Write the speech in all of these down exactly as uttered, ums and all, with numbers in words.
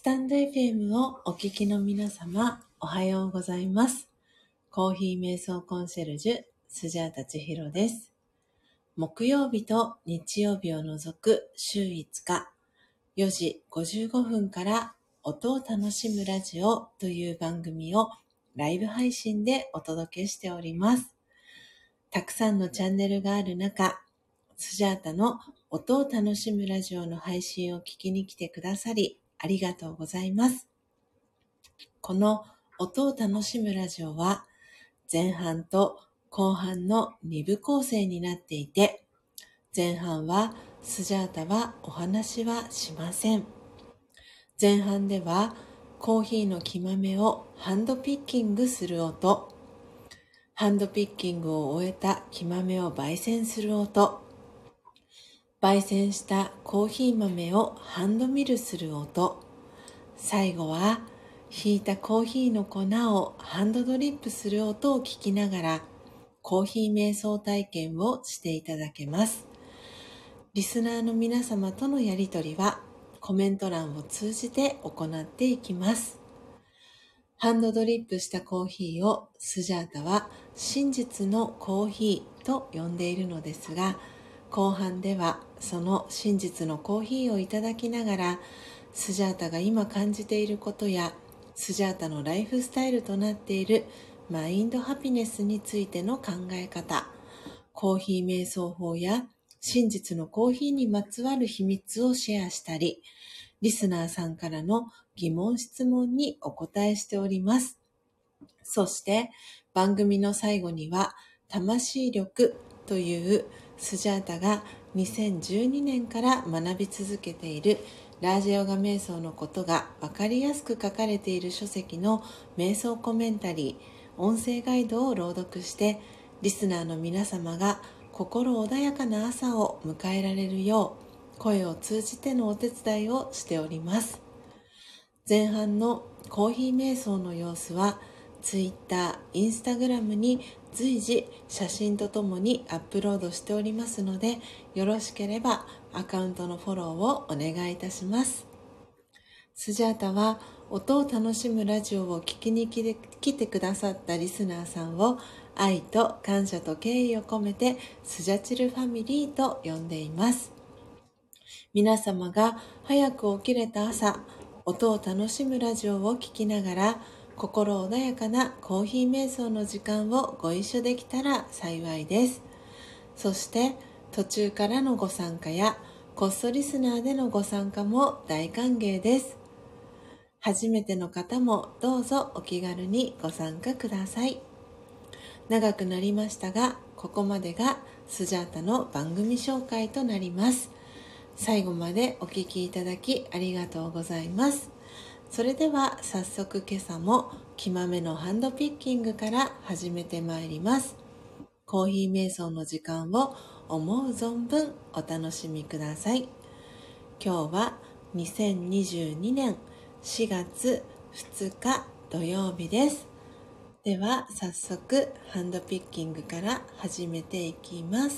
タンド エフエム をお聞きの皆様、おはようございます。コーヒー瞑想コンシェルジュ、スジャータ千尋です。木曜日と日曜日を除く週いつか、よじごじゅうごふんから音を楽しむラジオという番組をライブ配信でお届けしております。たくさんのチャンネルがある中、スジャータの音を楽しむラジオの配信を聞きに来てくださり、ありがとうございます。この音を楽しむラジオは、前半と後半のに部構成になっていて、前半はスジャータはお話はしません。前半ではコーヒーの木豆をハンドピッキングする音、ハンドピッキングを終えた木豆を焙煎する音、焙煎したコーヒー豆をハンドミルする音、最後はひいたコーヒーの粉をハンドドリップする音を聞きながらコーヒー瞑想体験をしていただけます。リスナーの皆様とのやりとりはコメント欄を通じて行っていきます。ハンドドリップしたコーヒーをスジャータは真実のコーヒーと呼んでいるのですが、後半ではその真実のコーヒーをいただきながら、スジャータが今感じていることや、スジャータのライフスタイルとなっているマインドハピネスについての考え方、コーヒー瞑想法や真実のコーヒーにまつわる秘密をシェアしたり、リスナーさんからの疑問質問にお答えしております。そして番組の最後には魂力というスジャータがにせんじゅうにねんから学び続けているラージャヨガ瞑想のことがわかりやすく書かれている書籍の瞑想コメンタリー、音声ガイドを朗読してリスナーの皆様が心穏やかな朝を迎えられるよう声を通じてのお手伝いをしております。前半のコーヒー瞑想の様子はツイッター、インスタグラムに随時写真とともにアップロードしておりますので、よろしければアカウントのフォローをお願いいたします。スジャータは音を楽しむラジオを聞きに来てくださったリスナーさんを愛と感謝と敬意を込めてスジャチルファミリーと呼んでいます。皆様が早く起きれた朝、音を楽しむラジオを聞きながら心穏やかなコーヒー瞑想の時間をご一緒できたら幸いです。そして途中からのご参加やこっそリスナーでのご参加も大歓迎です。初めての方もどうぞお気軽にご参加ください。長くなりましたが、ここまでがスジャータの番組紹介となります。最後までお聞きいただきありがとうございます。それでは早速今朝も木豆のハンドピッキングから始めてまいります。コーヒー瞑想の時間を思う存分お楽しみください。今日はにせんにじゅうにねんしがつふつか土曜日です。では早速ハンドピッキングから始めていきます。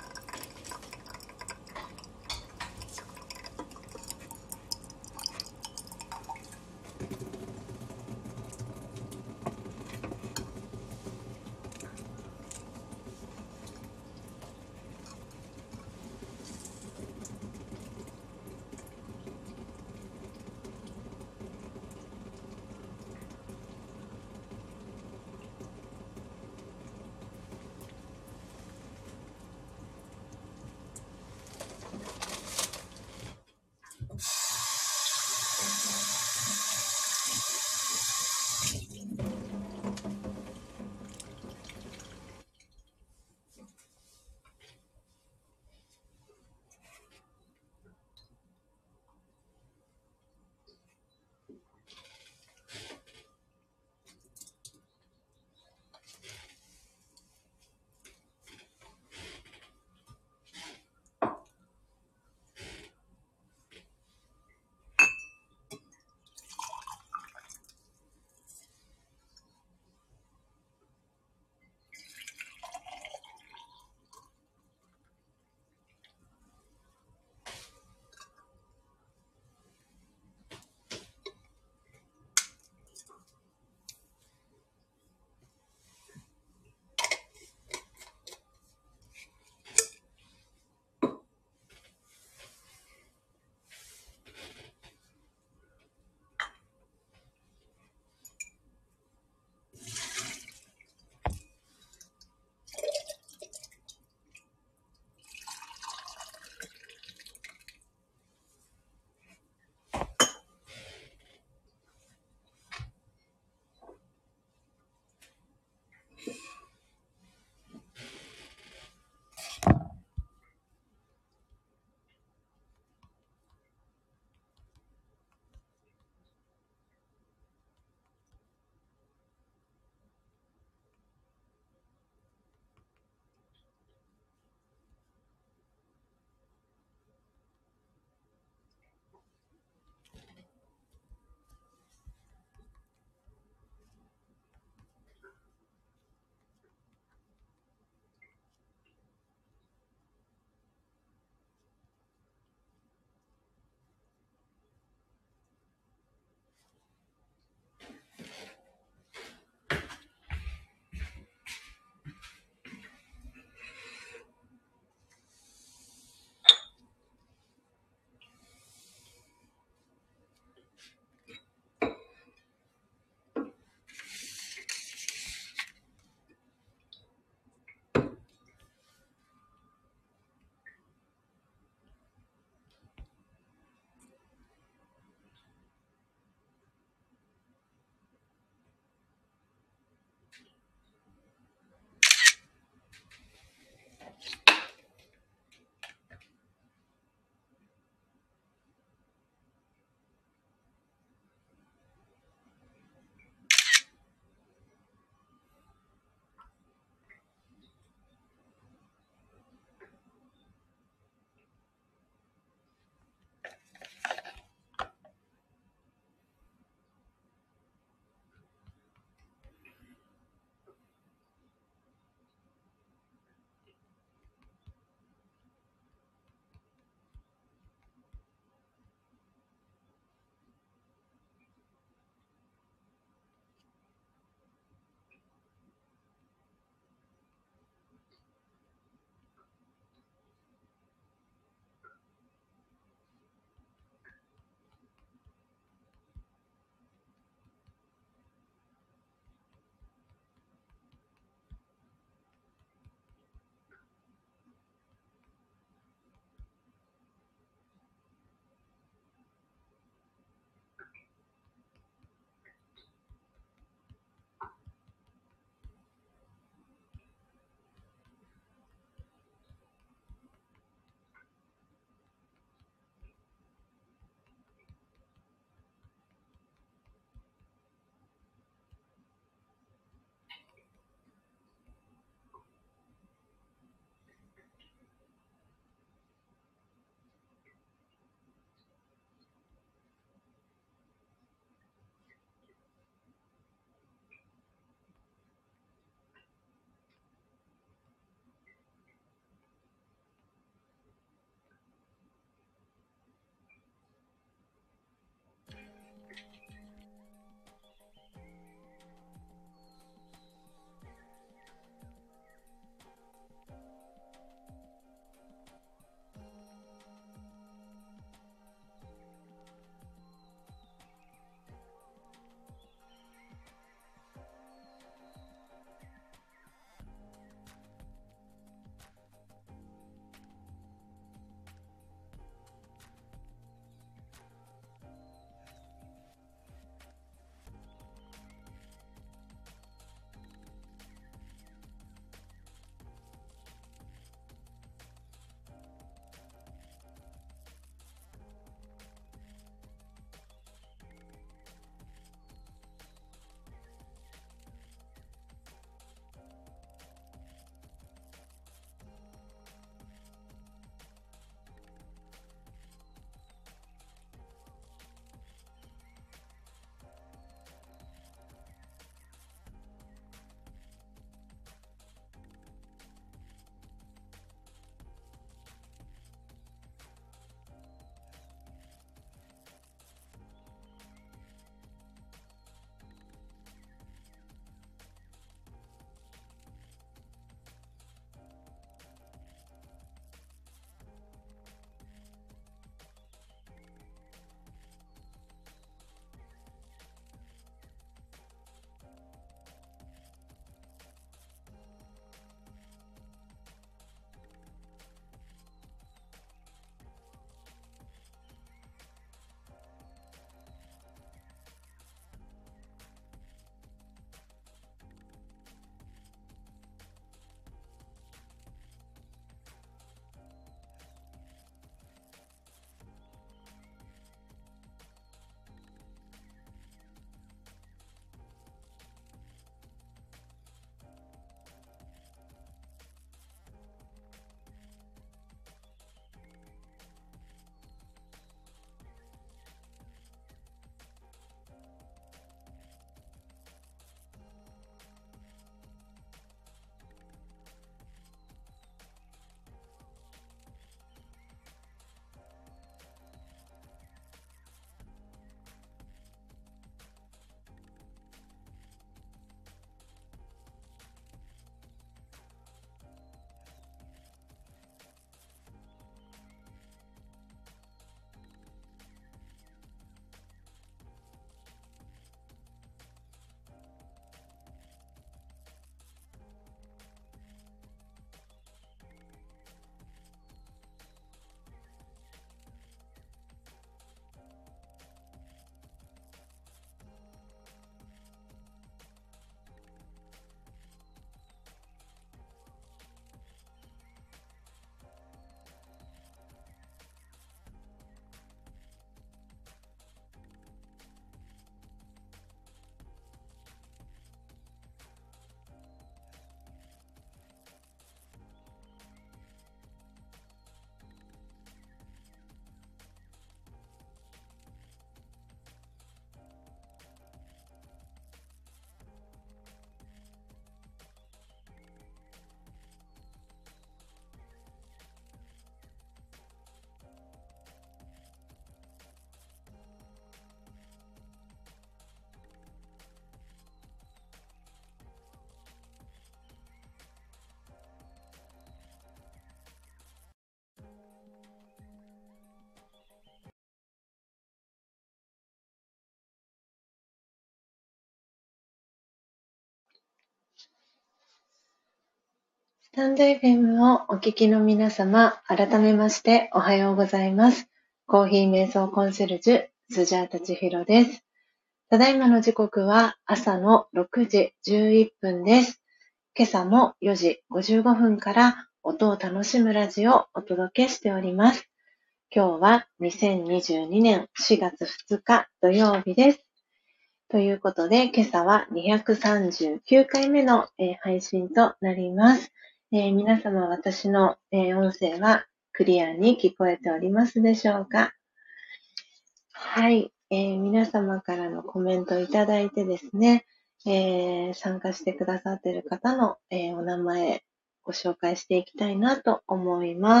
タンド エフエム をお聞きの皆様、改めましておはようございます。コーヒー瞑想コンシェルジュ、スジャータチヒロです。ただいまの時刻は朝のろくじじゅういっぷんです。今朝もよじごじゅうごふんから音を楽しむラジオをお届けしております。今日はにせんにじゅうにねんしがつふつか土曜日です。ということで、今朝はにひゃくさんじゅうきゅうかいめの、えー配信となります。えー皆様、私の、えー音声はクリアに聞こえておりますでしょうか？はい、えー皆様からのコメントいただいてですね、えー参加してくださっている方の、えーお名前ご紹介していきたいなと思います。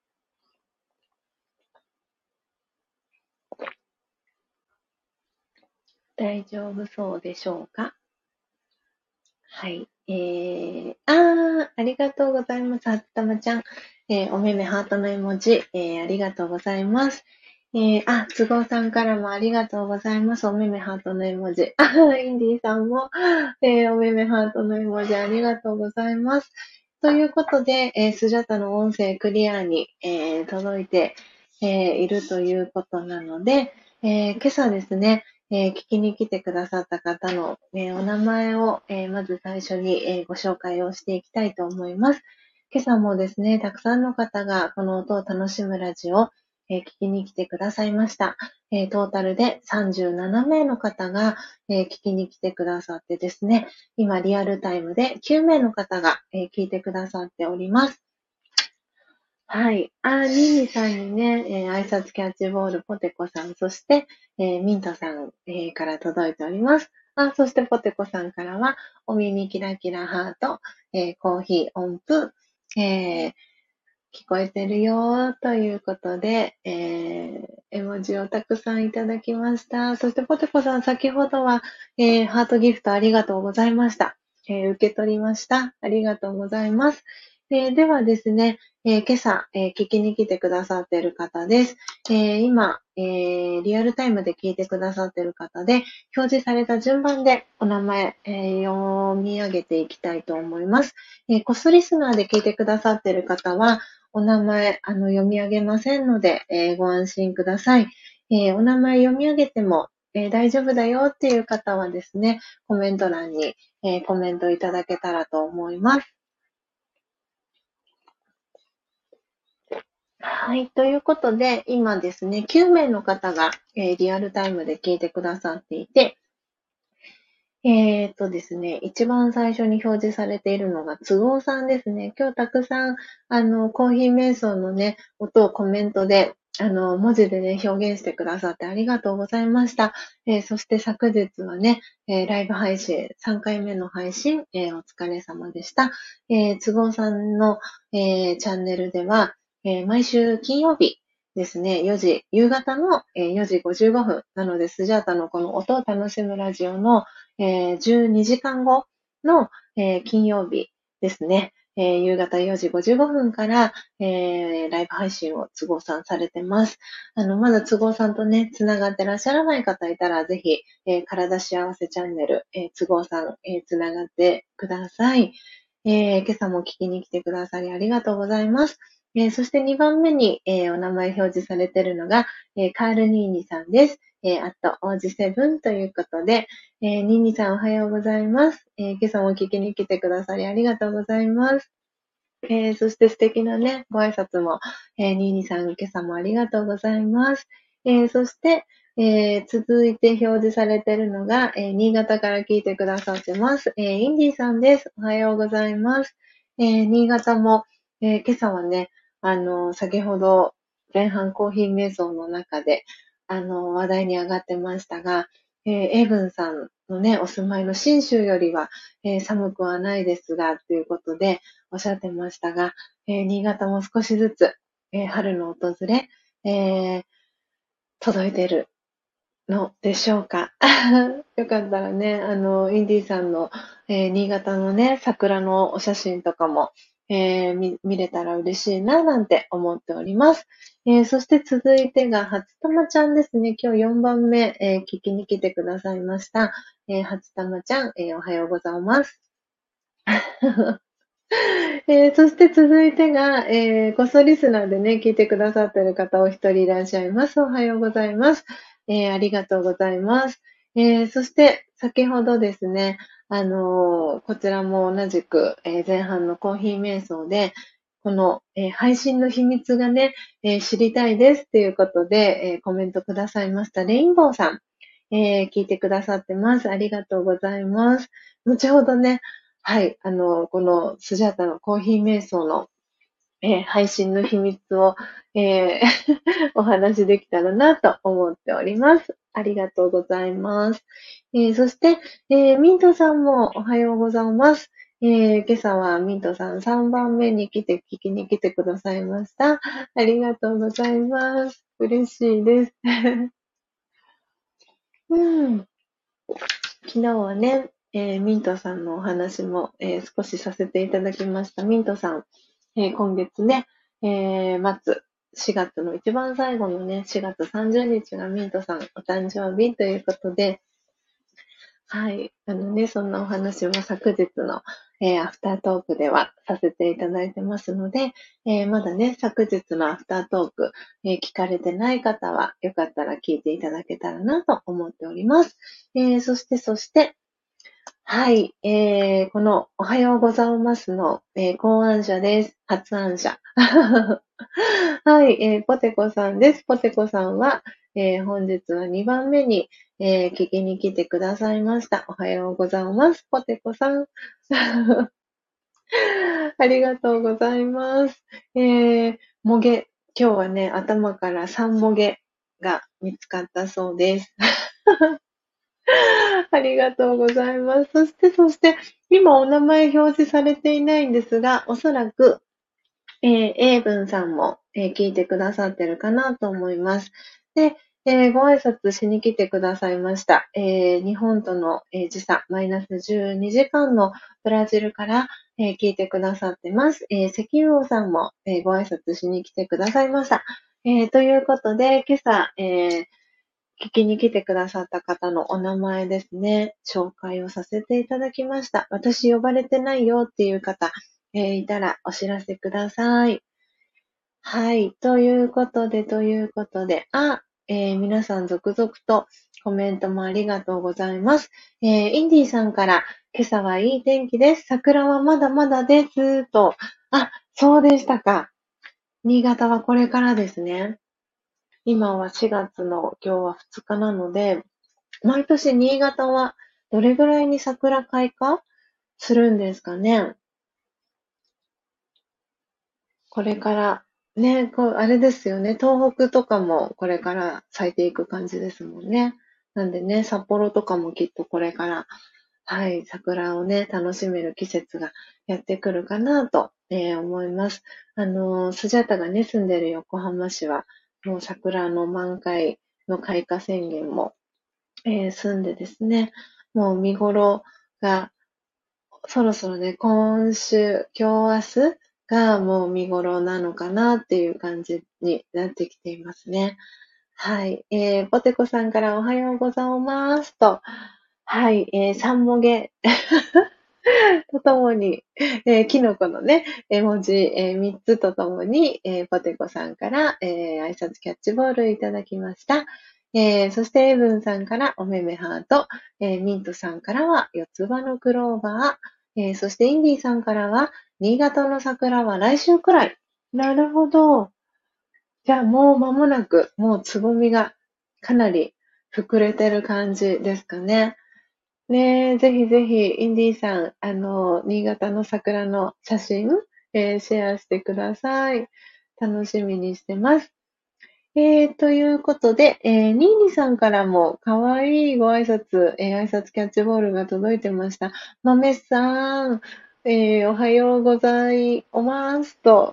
大丈夫そうでしょうか？はい。えー、あー、ありがとうございます。はつたまちゃん。えーおめめハートの絵文字、えーありがとうございます。えー、あ、つごうさんからもありがとうございます。おめめハートの絵文字。あー、インディーさんも、えーおめめハートの絵文字ありがとうございます。ということで、えースジャタの音声クリアに、えー届いて、えーいるということなので、えー今朝ですね、えー聞きに来てくださった方の、えーお名前を、えーまず最初に、えーご紹介をしていきたいと思います。今朝もですね、たくさんの方がこの音を楽しむラジオを、えー聞きに来てくださいました。えートータルでさんじゅうななめいの方が、えー聞きに来てくださってですね、今リアルタイムできゅうめいの方が、えー聞いてくださっております。はい。あ、ニーニさんにね、えー挨拶キャッチボール、ポテコさん、そして、えーミントさん、えーから届いております。あ、そしてポテコさんからは、お耳キラキラハート、えーコーヒー音符、えー聞こえてるよということで、えー絵文字をたくさんいただきました。そしてポテコさん、先ほどは、えーハートギフトありがとうございました。えー受け取りました。ありがとうございます。えーではですね、えー今朝、えー聞きに来てくださっている方です。えー今、えーリアルタイムで聞いてくださっている方で、表示された順番でお名前、えー読み上げていきたいと思います。えーコスリスナーで聞いてくださっている方は、お名前、あの、読み上げませんので、えーご安心ください。えーお名前読み上げても、えー大丈夫だよっていう方はですね、コメント欄に、えーコメントいただけたらと思います。はい。ということで、今ですね、きゅうめいの方が、えーリアルタイムで聞いてくださっていて、えーっとですね、一番最初に表示されているのが、都合さんですね。今日たくさん、あの、コーヒー瞑想のね、音をコメントで、あの、文字でね、表現してくださってありがとうございました。えーそして昨日はね、えーライブ配信、さんかいめの配信、えーお疲れ様でした。えー、都合さんの、えーチャンネルでは、えー毎週金曜日ですね、よじ、夕方の、えーよじごじゅうごふん、なので、スジャータのこの音を楽しむラジオの、えーじゅうにじかんごの、えー金曜日ですね、えー夕方よじごじゅうごふんから、えーライブ配信を都合さんされてます。あの、まだ都合さんとね、つながってらっしゃらない方いたら、ぜひ、えー体幸せチャンネル、えー都合さん、えーつながってください。えー今朝も聞きに来てくださりありがとうございます。えーそしてにばんめに、えーお名前表示されているのが、えーカールニーニさんです。えーあと、王子セブンということで、えー、ニーニさんおはようございます。えー今朝も聞きに来てくださりありがとうございます。えーそして素敵なね、ご挨拶も、えー、ニーニさん今朝もありがとうございます。えーそして、えー続いて表示されているのが、えー新潟から聞いてくださってます。えーインディさんです。おはようございます。えー新潟も、えー今朝はね、あの、先ほど前半コーヒー瞑想の中で、あの、話題に上がってましたが、えーエイブンさんのね、お住まいの信州よりは、えー寒くはないですが、ということでおっしゃってましたが、えー新潟も少しずつ、えー春の訪れ、えー届いているのでしょうか。よかったらね、あの、インディさんの、えー新潟のね、桜のお写真とかも、えー見、見れたら嬉しいな、なんて思っております。えーそして続いてが、初玉ちゃんですね。今日よんばんめ、えー聞きに来てくださいました。えー、初玉ちゃん、えーおはようございます。 えーそして続いてが、えー、こっそリスナーでね、聞いてくださってる方お一人いらっしゃいます。おはようございます。えーありがとうございます。えーそして、先ほどですね、あのーこちらも同じく、えー前半のコーヒー瞑想で、この、えー配信の秘密がね、えー知りたいですっていうことで、えーコメントくださいました。レインボーさん、えー聞いてくださってます。ありがとうございます。後ほどね、はい、あの、このスジャータのコーヒー瞑想の、えー配信の秘密を、えーお話しできたらなと思っております。ありがとうございます。えーそして、えーミントさんもおはようございます。えー今朝はミントさんさんばんめに来て、聞きに来てくださいました。ありがとうございます。嬉しいです。うん。昨日はね、えーミントさんのお話も、えー少しさせていただきました。ミントさん、えー今月ね、えー末、しがつの一番最後のね、しがつさんじゅうにちがミントさんお誕生日ということで、はい。あのね、そんなお話も昨日の、えーアフタートークではさせていただいてますので、えーまだね、昨日のアフタートーク、えー聞かれてない方は、よかったら聞いていただけたらなと思っております。えーそして、そして、はい、えー、このおはようございますの、えー考案者です。発案者。はい、えー、ポテコさんです。ポテコさんは、えー本日はにばんめに、えー聞きに来てくださいました。おはようございます。ポテコさん。ありがとうございます。えー、もげ、今日はね、頭からさんもげが見つかったそうです。ありがとうございます。そして、そして、今お名前表示されていないんですが、おそらく、えー、英文さんも、えー聞いてくださってるかなと思います。で、えーご挨拶しに来てくださいました。えー日本との、えー時差、マイナスじゅうにじかんのブラジルから、えー聞いてくださってます。えー石油王さんも、えーご挨拶しに来てくださいました。えーということで、今朝、えー聞きに来てくださった方のお名前ですね、紹介をさせていただきました。私呼ばれてないよっていう方、えーいたらお知らせください。はい。ということで、ということで、あ、えー皆さん続々とコメントもありがとうございます。えーインディーさんから、今朝はいい天気です。桜はまだまだです。と。あ、そうでしたか。新潟はこれからですね。今はしがつの今日はふつかなので、毎年新潟はどれぐらいに桜開花するんですかね。これから、ね、こう、あれですよね。東北とかもこれから咲いていく感じですもんね。なんでね、札幌とかもきっとこれから、はい、桜をね、楽しめる季節がやってくるかなと、えー思います。あのー、スジャタがね、住んでる横浜市は、もう桜の満開の開花宣言も、えー済んでですね、もう見頃がそろそろね、今週、今日、明日がもう見頃なのかなっていう感じになってきていますね。はい。えー、ポテコさんからおはようございますと、はい、えー、サンモゲとともに、えー、キノコのね、絵文字、えー、みっつとともに、えー、ポテコさんから、えー、挨拶キャッチボールいただきました。えー、そして、エブンさんからおめめハート、えー、ミントさんからは四つ葉のクローバー、えー、そしてインディさんからは、新潟の桜は来週くらい。なるほど。じゃあもう間もなく、もうつぼみがかなり膨れてる感じですかね。ねえ、ぜひぜひ、インディーさん、あの、新潟の桜の写真、えーシェアしてください。楽しみにしてます。えー、ということで、えー、ニーニさんからも、かわいいご挨拶、えー挨拶キャッチボールが届いてました。豆さん、えーおはようございますと、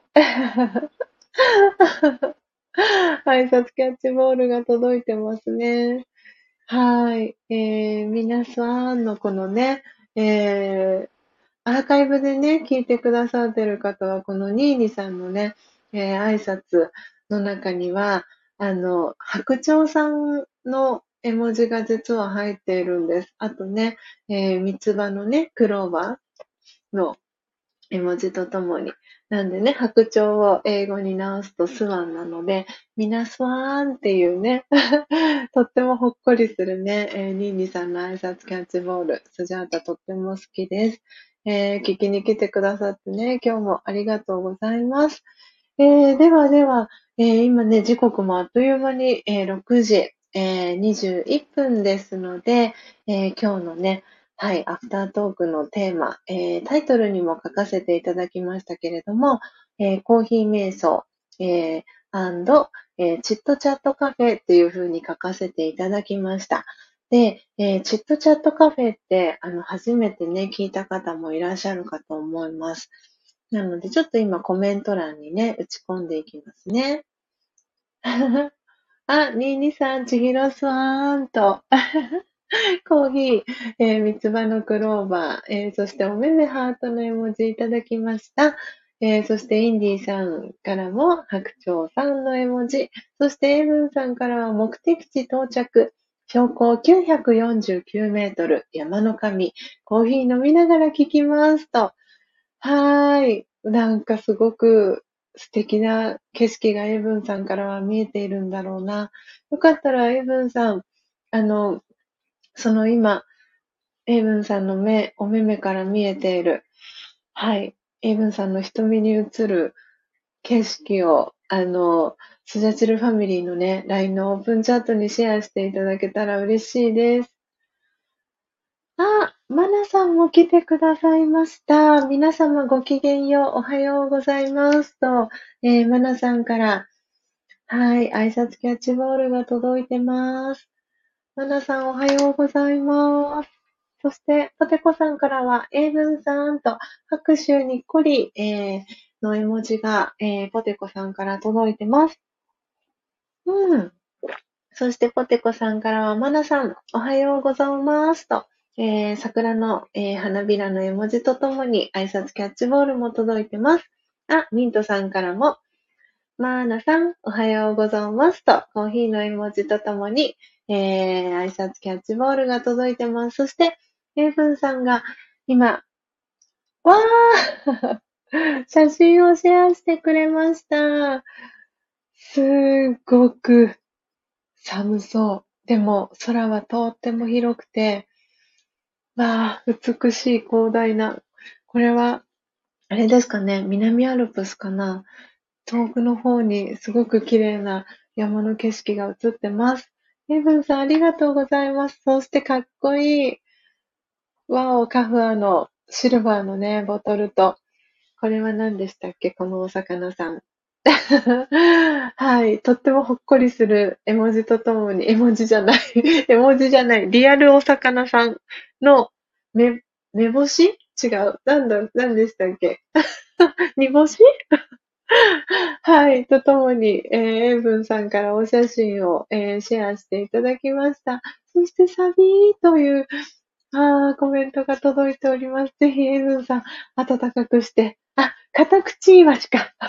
挨拶キャッチボールが届いてますね。はい。えー、皆さんのこのね、えー、アーカイブでね、聞いてくださってる方は、このニーニさんのね、えー、挨拶の中には、あの、白鳥さんの絵文字が実は入っているんです。あとね、えー、三つ葉のね、クローバーの絵文字とともに。なんでね、白鳥を英語に直すとスワンなので、みなスワーンっていうね、とってもほっこりするね、えー、ニーニさんの挨拶キャッチボール、スジャータとっても好きです。えー、聞きに来てくださってね、今日もありがとうございます。えー、ではでは、えー、今ね、時刻もあっという間に、えー、ろくじ、えー、にじゅういっぷんですので、えー、今日のね、はい、アフタートークのテーマ、えー、タイトルにも書かせていただきましたけれども、えー、コーヒー瞑想、えー、アンド、えー、チットチャットカフェっていう風に書かせていただきました。で、えー、チットチャットカフェって、あの、初めてね、聞いた方もいらっしゃるかと思います。なので、ちょっと今コメント欄にね、打ち込んでいきますね。あ、にーにさん、ちひろさんと、コーヒー、えー、三つ葉のクローバー、えー、そしておめめハートの絵文字いただきました。えー、そしてインディさんからも白鳥さんの絵文字、そしてエイブンさんからは目的地到着、標高きゅうひゃくよんじゅうきゅうメートル、山の神、コーヒー飲みながら聞きますと。はーい。なんかすごく素敵な景色がエイブンさんからは見えているんだろうな。よかったらエイブンさん、あの、その今、エイブンさんの目、お目目から見えている、はい、エイブンさんの瞳に映る景色を、あの、スジャチルファミリーのね、ライン のオープンチャットにシェアしていただけたら嬉しいです。あ、マナさんも来てくださいました。皆様ごきげんよう、おはようございますと、えー、マナさんから、はい、挨拶キャッチボールが届いてます。マナさんおはようございます。そして、ポテコさんからは、エイブンさんと拍手にっこり、えー、の絵文字が、えー、ポテコさんから届いてます。うん。そして、ポテコさんからは、マナさん、おはようございますと、えー、桜の、えー、花びらの絵文字とともに挨拶キャッチボールも届いてます。あ、ミントさんからも、マーナさん、おはようございますと、コーヒーの絵文字とともに、えー、挨拶キャッチボールが届いてます。そして、エイブンさんが今、わー写真をシェアしてくれました。すっごく寒そう。でも、空はとっても広くて、わー、美しい広大な。これは、あれですかね、南アルプスかな。遠くの方にすごく綺麗な山の景色が映ってます。エイブンさんありがとうございます。そしてかっこいい。ワオ、カフアのシルバーのね、ボトルと、これは何でしたっけこのお魚さん。はい。とってもほっこりする絵文字とともに、絵文字じゃない絵文字じゃない。リアルお魚さんの目、目星違う。なんだ、何でしたっけ煮干しはい。とともに、えー、エイブンさんからお写真を、えーシェアしていただきました。そして、サビーという、あー、コメントが届いております。ぜひ、エイブンさん、暖かくして。あ、カタクチイワシか。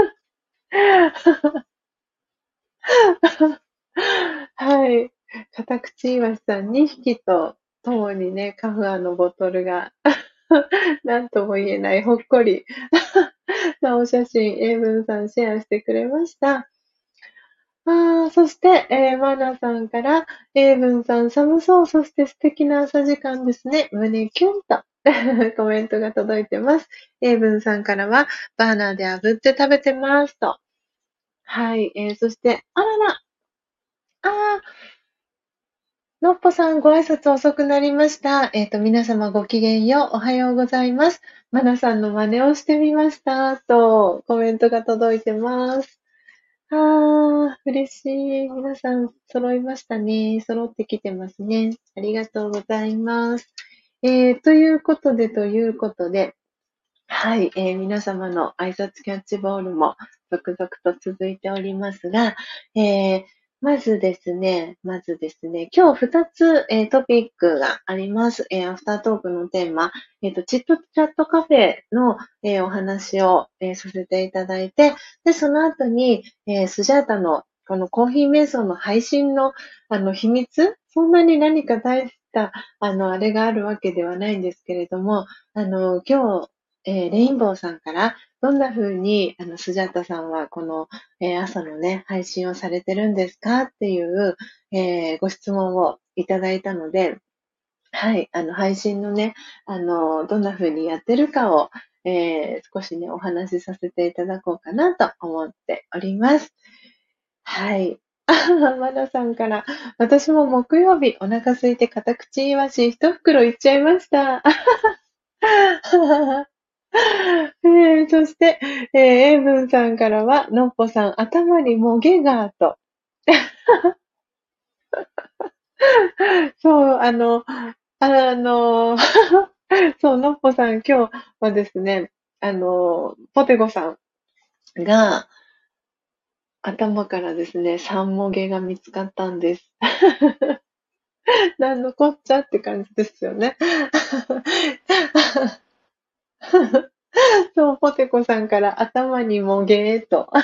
はい。カタクチイワシさんにひきと共にね、カフアのボトルが、なんとも言えないほっこりなお写真、エイブンさんシェアしてくれました。ああ、そして、えー、マナさんから、エイブンさん寒そう、そして素敵な朝時間ですね。胸キュンとコメントが届いてます。エイブンさんからは、バーナーで炙って食べてますと。はい、えー、そして、あらら、ああ、のっぽさんご挨拶遅くなりました。えっと、皆様ごきげんよう、おはようございます。マナさんの真似をしてみました。と、コメントが届いてます。ああ、嬉しい。皆さん揃いましたね。揃ってきてますね。ありがとうございます。えー、ということで、ということで、はい、えー皆様の挨拶キャッチボールも続々と続いておりますが、えーまずですね、まずですね、今日ふたつ、えートピックがあります。えーアフタートークのテーマ、えっと、チットチャットカフェの、えーお話を、えーさせていただいて、で、その後に、えースジャータのこのコーヒー瞑想の配信のあの秘密、そんなに何か大したあの、あれがあるわけではないんですけれども、あの、今日えーレインボーさんから、どんな風に、あの、スジャータさんはこの、えー朝のね、配信をされてるんですかっていう、えーご質問をいただいたので、はい、あの、配信のね、あの、どんな風にやってるかを、えー少しね、お話しさせていただこうかなと思っております。はい。あマナさんから、私も木曜日お腹空いて片口いわし一袋いっちゃいました。えー、そして、えー、エイブンさんからは、のっぽさん、頭にもげが、と。そう、あの、あの、そう、のっぽさん、今日はですね、あの、ポテゴさんが、頭からですね、さんもげが見つかったんです。なんのこっちゃって感じですよね。そう、ポテコさんから頭にもげーと。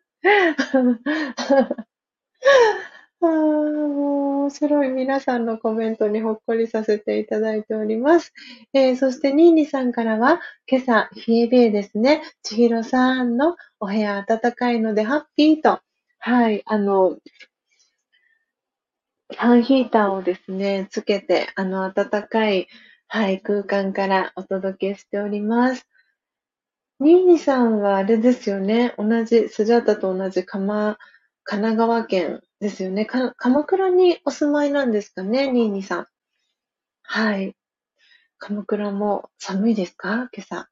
ああ、もう面白い皆さんのコメントにほっこりさせていただいております。えー、そしてニーニさんからは、今朝、冷え冷えですね。千尋さんのお部屋暖かいのでハッピーと。はい、あの、ファンヒーターをですね、つけて、あの暖かい、はい、空間からお届けしております。ニーニさんはあれですよね。同じ、スジャータと同じ鎌、神奈川県ですよね。か、鎌倉にお住まいなんですかね、ニーニさん。はい。鎌倉も寒いですか今朝。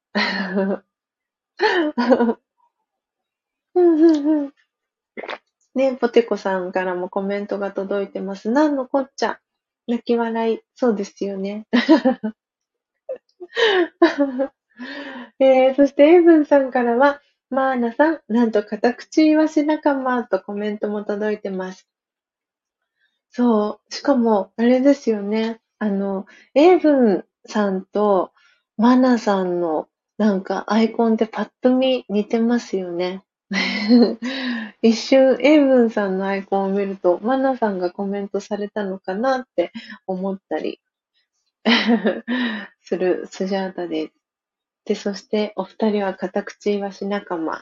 うんうんうん。ね、ポテコさんからもコメントが届いてます。なんのこっちゃ。泣き笑い。そうですよね。えー、そしてエイブンさんからは、マーナさん、なんと片口イワシ仲間とコメントも届いてます。そう、しかも、あれですよね。あの、エイブンさんとマナさんのなんかアイコンってパッと見似てますよね。一瞬、エイブンさんのアイコンを見ると、マナさんがコメントされたのかなって思ったりするスジャータです。で、そしてお二人は片口イワシ仲間。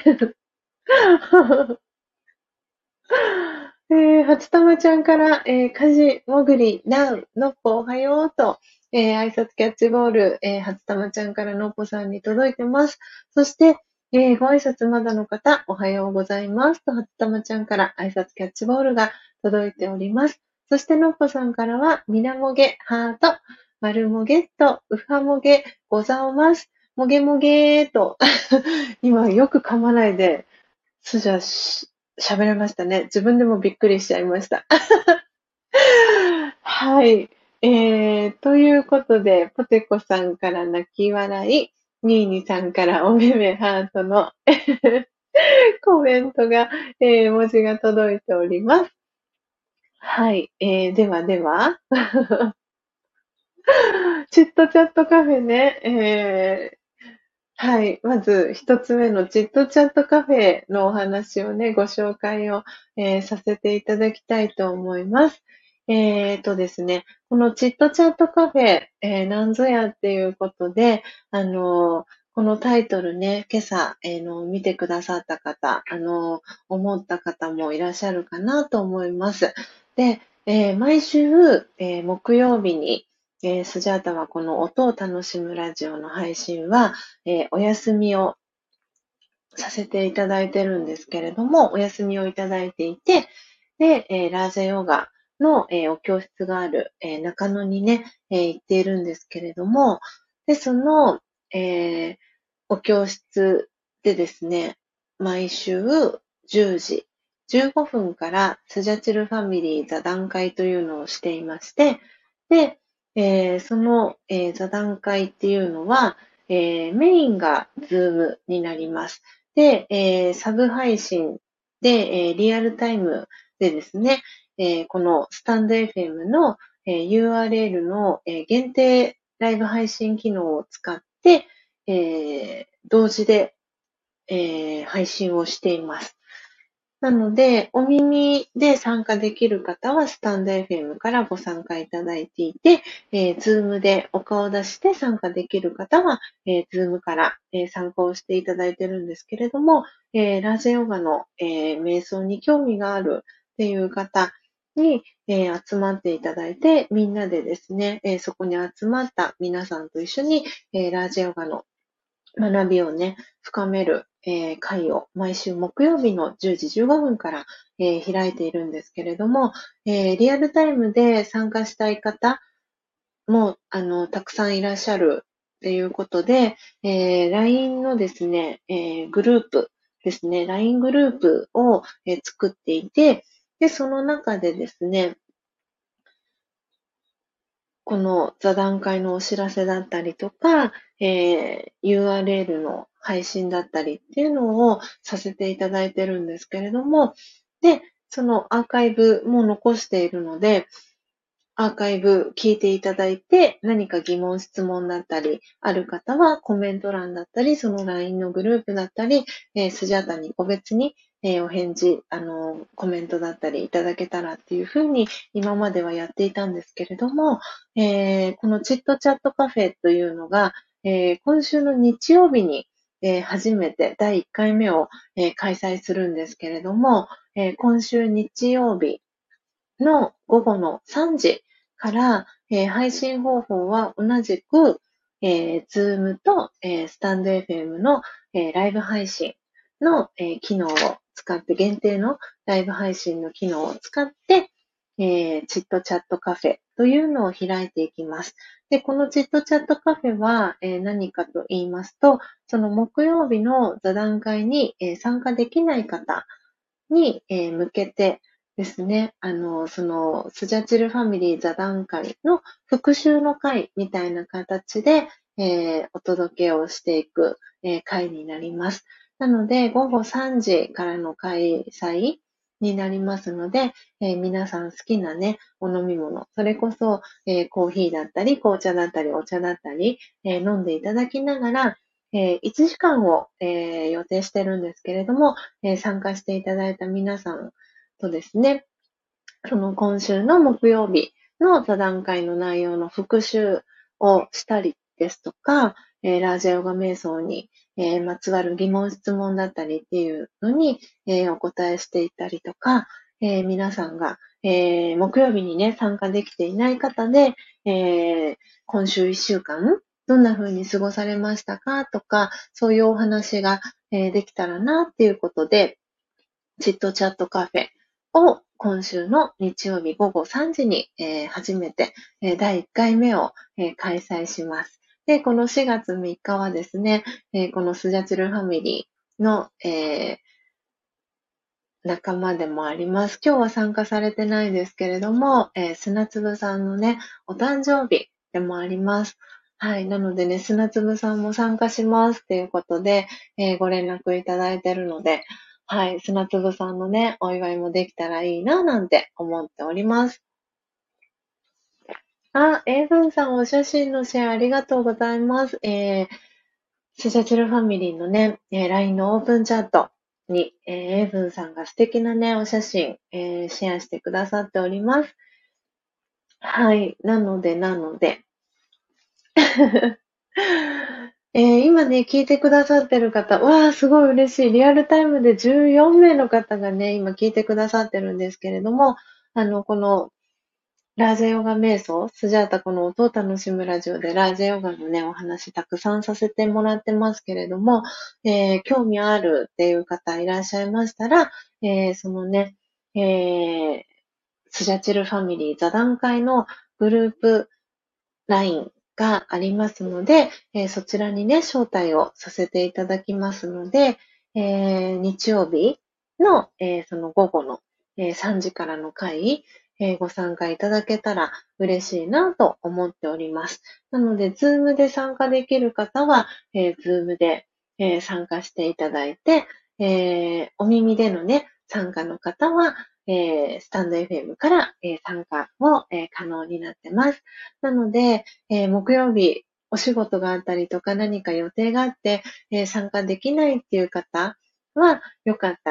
えー、初玉ちゃんから、えー、家事、もぐり、なう、のっぽおはようと、えー、挨拶キャッチボール、えー、初玉ちゃんからのっぽさんに届いてます。そして、えー、ご挨拶まだの方、おはようございますと、初玉ちゃんから挨拶キャッチボールが届いております。そして、のっぽさんからは、みなもげ、ハート、まるもげっと、うはもげ、ござおます。もげもげーと、今よく噛まないで、すじゃし、喋れましたね。自分でもびっくりしちゃいました。はい。えー、ということで、ポテコさんから泣き笑い、ニーニさんからおめめハートのコメントが、えー、文字が届いております。はい。えー、ではでは、チットチャットカフェね、えー、はい。まず一つ目のチットチャットカフェのお話をね、ご紹介を、えーさせていただきたいと思います。えーとですね、このチットチャットカフェ、えーなんぞやっていうことで、あのーこのタイトルね、今朝、えーの見てくださった方、あのー思った方もいらっしゃるかなと思います。で、えー毎週、えー木曜日に、えースジャータはこの音を楽しむラジオの配信は、えーお休みをさせていただいてるんですけれども、お休みをいただいていて、で、えーラージャヨガの、えーお教室がある、えー中野にね、えー行っているんですけれども、で、その、えーお教室でですね、毎週じゅうじ、じゅうごふんからスジャチルファミリー座談会というのをしていまして、で、えーその、えー座談会っていうのは、えーメインがズームになります。で、えーサブ配信で、えーリアルタイムでですね、えーこのスタンド エフエム の、えー ユーアールエル の、えー限定ライブ配信機能を使って、えー同時で、えー配信をしています。 なので、お耳で参加できる方はスタンド エフエム からご参加いただいていて、えー、Zoom でお顔を出して参加できる方は、えー、Zoom から、えー、参加をしていただいているんですけれども、えー、ラージヨガの、えー、瞑想に興味があるっていう方に、えー、集まっていただいて、みんなでですね、えー、そこに集まった皆さんと一緒に、えー、ラージヨガの学びをね、深める、えー会を毎週木曜日のじゅうじじゅうごふんから、えー開いているんですけれども、えーリアルタイムで参加したい方も、あの、たくさんいらっしゃるっていうことで、えー ライン のですね、えーグループですね、ライン グループを、えー作っていて、で、その中でですね、この座談会のお知らせだったりとか、えー ユーアールエル の配信だったりっていうのをさせていただいてるんですけれども、で、そのアーカイブも残しているので、アーカイブ聞いていただいて、何か疑問、質問だったり、ある方はコメント欄だったり、その ライン のグループだったり、えースジャータに個別に、えーお返事、あの、コメントだったりいただけたらっていうふうに今まではやっていたんですけれども、えーこのチットチャットカフェというのが、えー今週の日曜日に、えー初めてだいいっかいめを、えー開催するんですけれども、えー今週日曜日の午後のさんじから、えー配信方法は同じく、えー、Zoom と、えー、スタンド エフエム の、えーライブ配信の、えー機能を使って、限定のライブ配信の機能を使って、えーチットチャットカフェというのを開いていきます。で、このチットチャットカフェは、えー何かと言いますと、その木曜日の座談会に、えー参加できない方に、えー向けてですね、あの、その、スジャチルファミリー座談会の復習の会みたいな形で、えーお届けをしていく、えー会になります。なので、午後さんじからの開催になりますので、えー皆さん好きなね、お飲み物、それこそ、えーコーヒーだったり、紅茶だったり、お茶だったり、えー飲んでいただきながら、えーいちじかんを、えー予定してるんですけれども、えー参加していただいた皆さんとですね、その今週の木曜日の座談会の内容の復習をしたりですとか、えーラージャヨガ瞑想に、えーまつわる疑問質問だったりっていうのに、えーお答えしていったりとか、えー皆さんが、えー木曜日にね、参加できていない方で、えー今週いっしゅうかん、どんな風に過ごされましたかとか、そういうお話が、えーできたらなっていうことで、チットチャットカフェを今週の日曜日午後さんじに、えー初めて、えーだいいっかいめを、えー開催します。で、このしがつみっかはですね、えーこのスジャチルファミリーの、えー仲間でもあります。今日は参加されてないですけれども、えー砂粒さんのね、お誕生日でもあります。はい。なのでね、砂粒さんも参加しますっていうことで、えーご連絡いただいてるので、はい。砂粒さんのね、お祝いもできたらいいな、なんて思っております。あ、エイブンさんお写真のシェアありがとうございます。えー、スジャチルファミリーのね、えー ライン のオープンチャットに、えー、エイブンさんが素敵なね、お写真、えーシェアしてくださっております。はい。なので、なので。えー今ね、聞いてくださってる方、わあ、すごい嬉しい。リアルタイムでじゅうよんめいの方がね、今聞いてくださってるんですけれども、あの、この、ラージャヨガ瞑想、スジャータこの音を楽しむラジオでラージャヨガのね、お話たくさんさせてもらってますけれども、えー興味あるっていう方いらっしゃいましたら、えーそのね、えースジャチルファミリー座談会のグループ ライン がありますので、えーそちらにね、招待をさせていただきますので、えー日曜日の、えーその午後の、えーさんじからの会、えーご参加いただけたら嬉しいなと思っております。なので、Zoom で参加できる方は、えー Zoom で、えー参加していただいて、えーお耳でのね、参加の方は、えースタンド エフエム から、えー参加を、えー可能になってます。なので、えー木曜日、お仕事があったりとか何か予定があって、えー参加できないっていう方は、よかったら、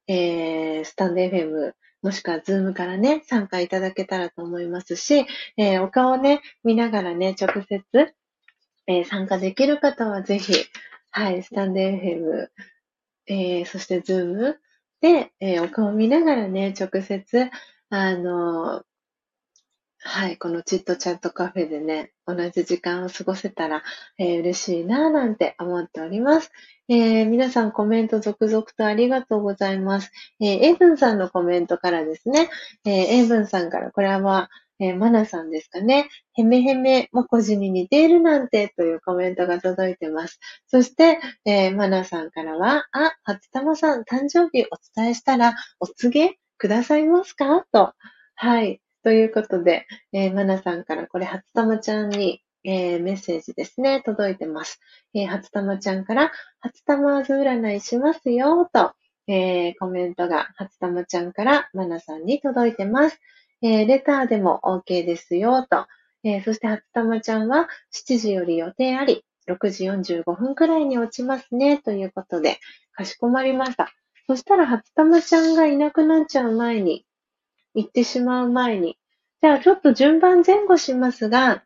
えー、スタンド エフエム、もしくはズームからね、参加いただけたらと思いますし、えー、お顔をね、見ながらね、直接、えー、参加できる方はぜひ、はい、スタンド エフエム、えー、そしてズームで、えー、お顔を見ながらね、直接、あのーはい、このチットチャットカフェでね、同じ時間を過ごせたら、えー嬉しいなぁなんて思っております。えー皆さんコメント続々とありがとうございます。えーエイブンさんのコメントからですね、えーエイブンさんから、これは、えーマナさんですかね、へめへめもこじに似ているなんてというコメントが届いてます。そして、えーマナさんからは、あ、初玉さん、誕生日お伝えしたら、お告げくださいますかと。はい。ということで、えー、マナさんからこれ、初玉ちゃんに、えーメッセージですね、届いてます。えー、初玉ちゃんから、初玉図占いしますよ、と、えーコメントが初玉ちゃんからマナさんに届いてます。えーレターでも OK ですよ、と。えーそして初玉ちゃんはしちじより予定あり、ろくじよんじゅうごふんくらいに落ちますね、ということで、かしこまりました。そしたら初玉ちゃんがいなくなっちゃう前に、行ってしまう前に。じゃあちょっと順番前後しますが、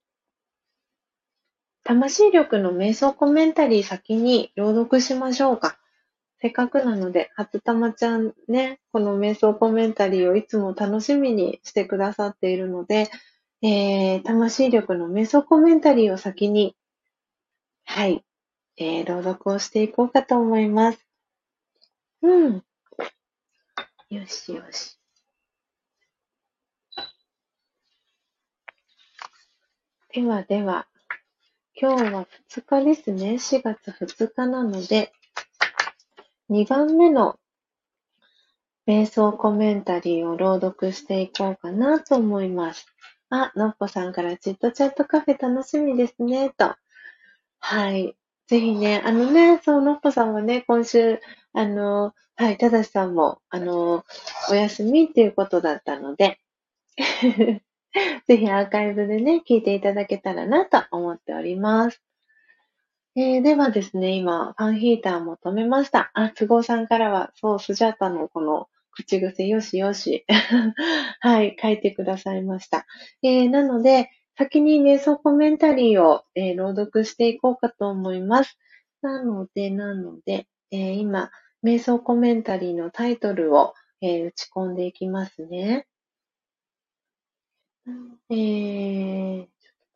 魂力の瞑想コメンタリー先に朗読しましょうか。せっかくなので、初玉ちゃんね、この瞑想コメンタリーをいつも楽しみにしてくださっているので、えー、魂力の瞑想コメンタリーを先に、はい、えー、朗読をしていこうかと思います。うん。よしよし。ではでは、今日はふつかですね。しがつふつかなので、にばんめの瞑想コメンタリーを朗読していこうかなと思います。あ、のっぽさんからチットチャットカフェ楽しみですね、と。はい。ぜひね、あのね、そう、のっぽさんはね、今週、あの、はい、ただしさんも、あの、お休みっていうことだったので、ぜひアーカイブでね、聞いていただけたらなと思っております。えー、ではですね、今、ファンヒーターも止めました。あ、都合さんからは、そう、スジャータのこの口癖、よしよし。はい、書いてくださいました。えー、なので、先に瞑想コメンタリーを、えー朗読していこうかと思います。なので、なので、えー今、瞑想コメンタリーのタイトルを、えー打ち込んでいきますね。えー、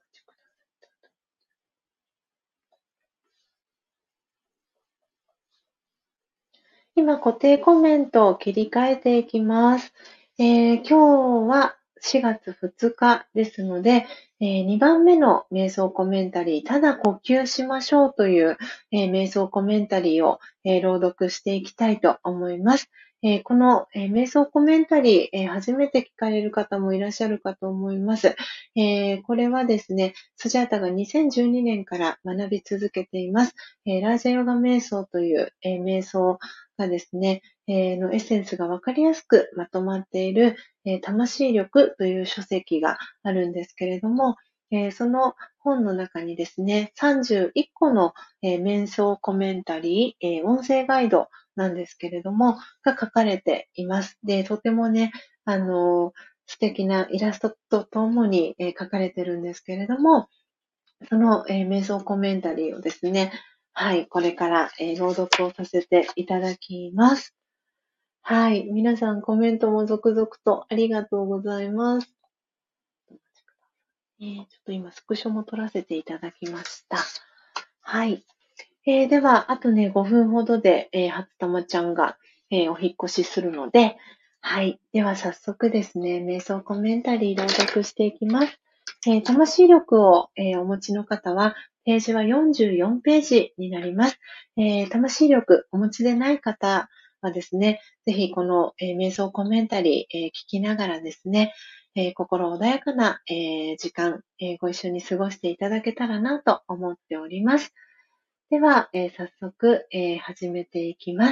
今、固定コメントを切り替えていきます。えー今日はしがつふつかですので、えーにばんめの瞑想コメンタリー、ただ呼吸しましょうという、えー瞑想コメンタリーを、えー朗読していきたいと思います。えーこの、えー瞑想コメンタリー、えー初めて聞かれる方もいらっしゃるかと思います。えーこれはですね、スジャータがにせんじゅうにねんから学び続けています。えーラージャヨガ瞑想という、えー瞑想がですね、えーのエッセンスがわかりやすくまとまっている、えー魂力という書籍があるんですけれども、えーその本の中にですね、さんじゅういっこの、えー瞑想コメンタリー、えー音声ガイドなんですけれども、が書かれています。で、とてもね、あのー素敵なイラストとともに、えー書かれてるんですけれども、その、えー瞑想コメンタリーをですね、はい、これから、えー朗読をさせていただきます。はい、皆さんコメントも続々とありがとうございます。えーちょっと今スクショも撮らせていただきました。はい。えーでは、あとね、ごふんほどで、えー、初玉ちゃんが、えーお引っ越しするので、はい。では、早速ですね、瞑想コメンタリー朗読していきます。えー魂力を、えーお持ちの方は、ページはよんじゅうよんページになります。えー魂力お持ちでない方はですね、ぜひこの、えー瞑想コメンタリー、えー聞きながらですね、えー心穏やかな、えー時間、えーご一緒に過ごしていただけたらなと思っております。では、えー早速、えー始めていきます。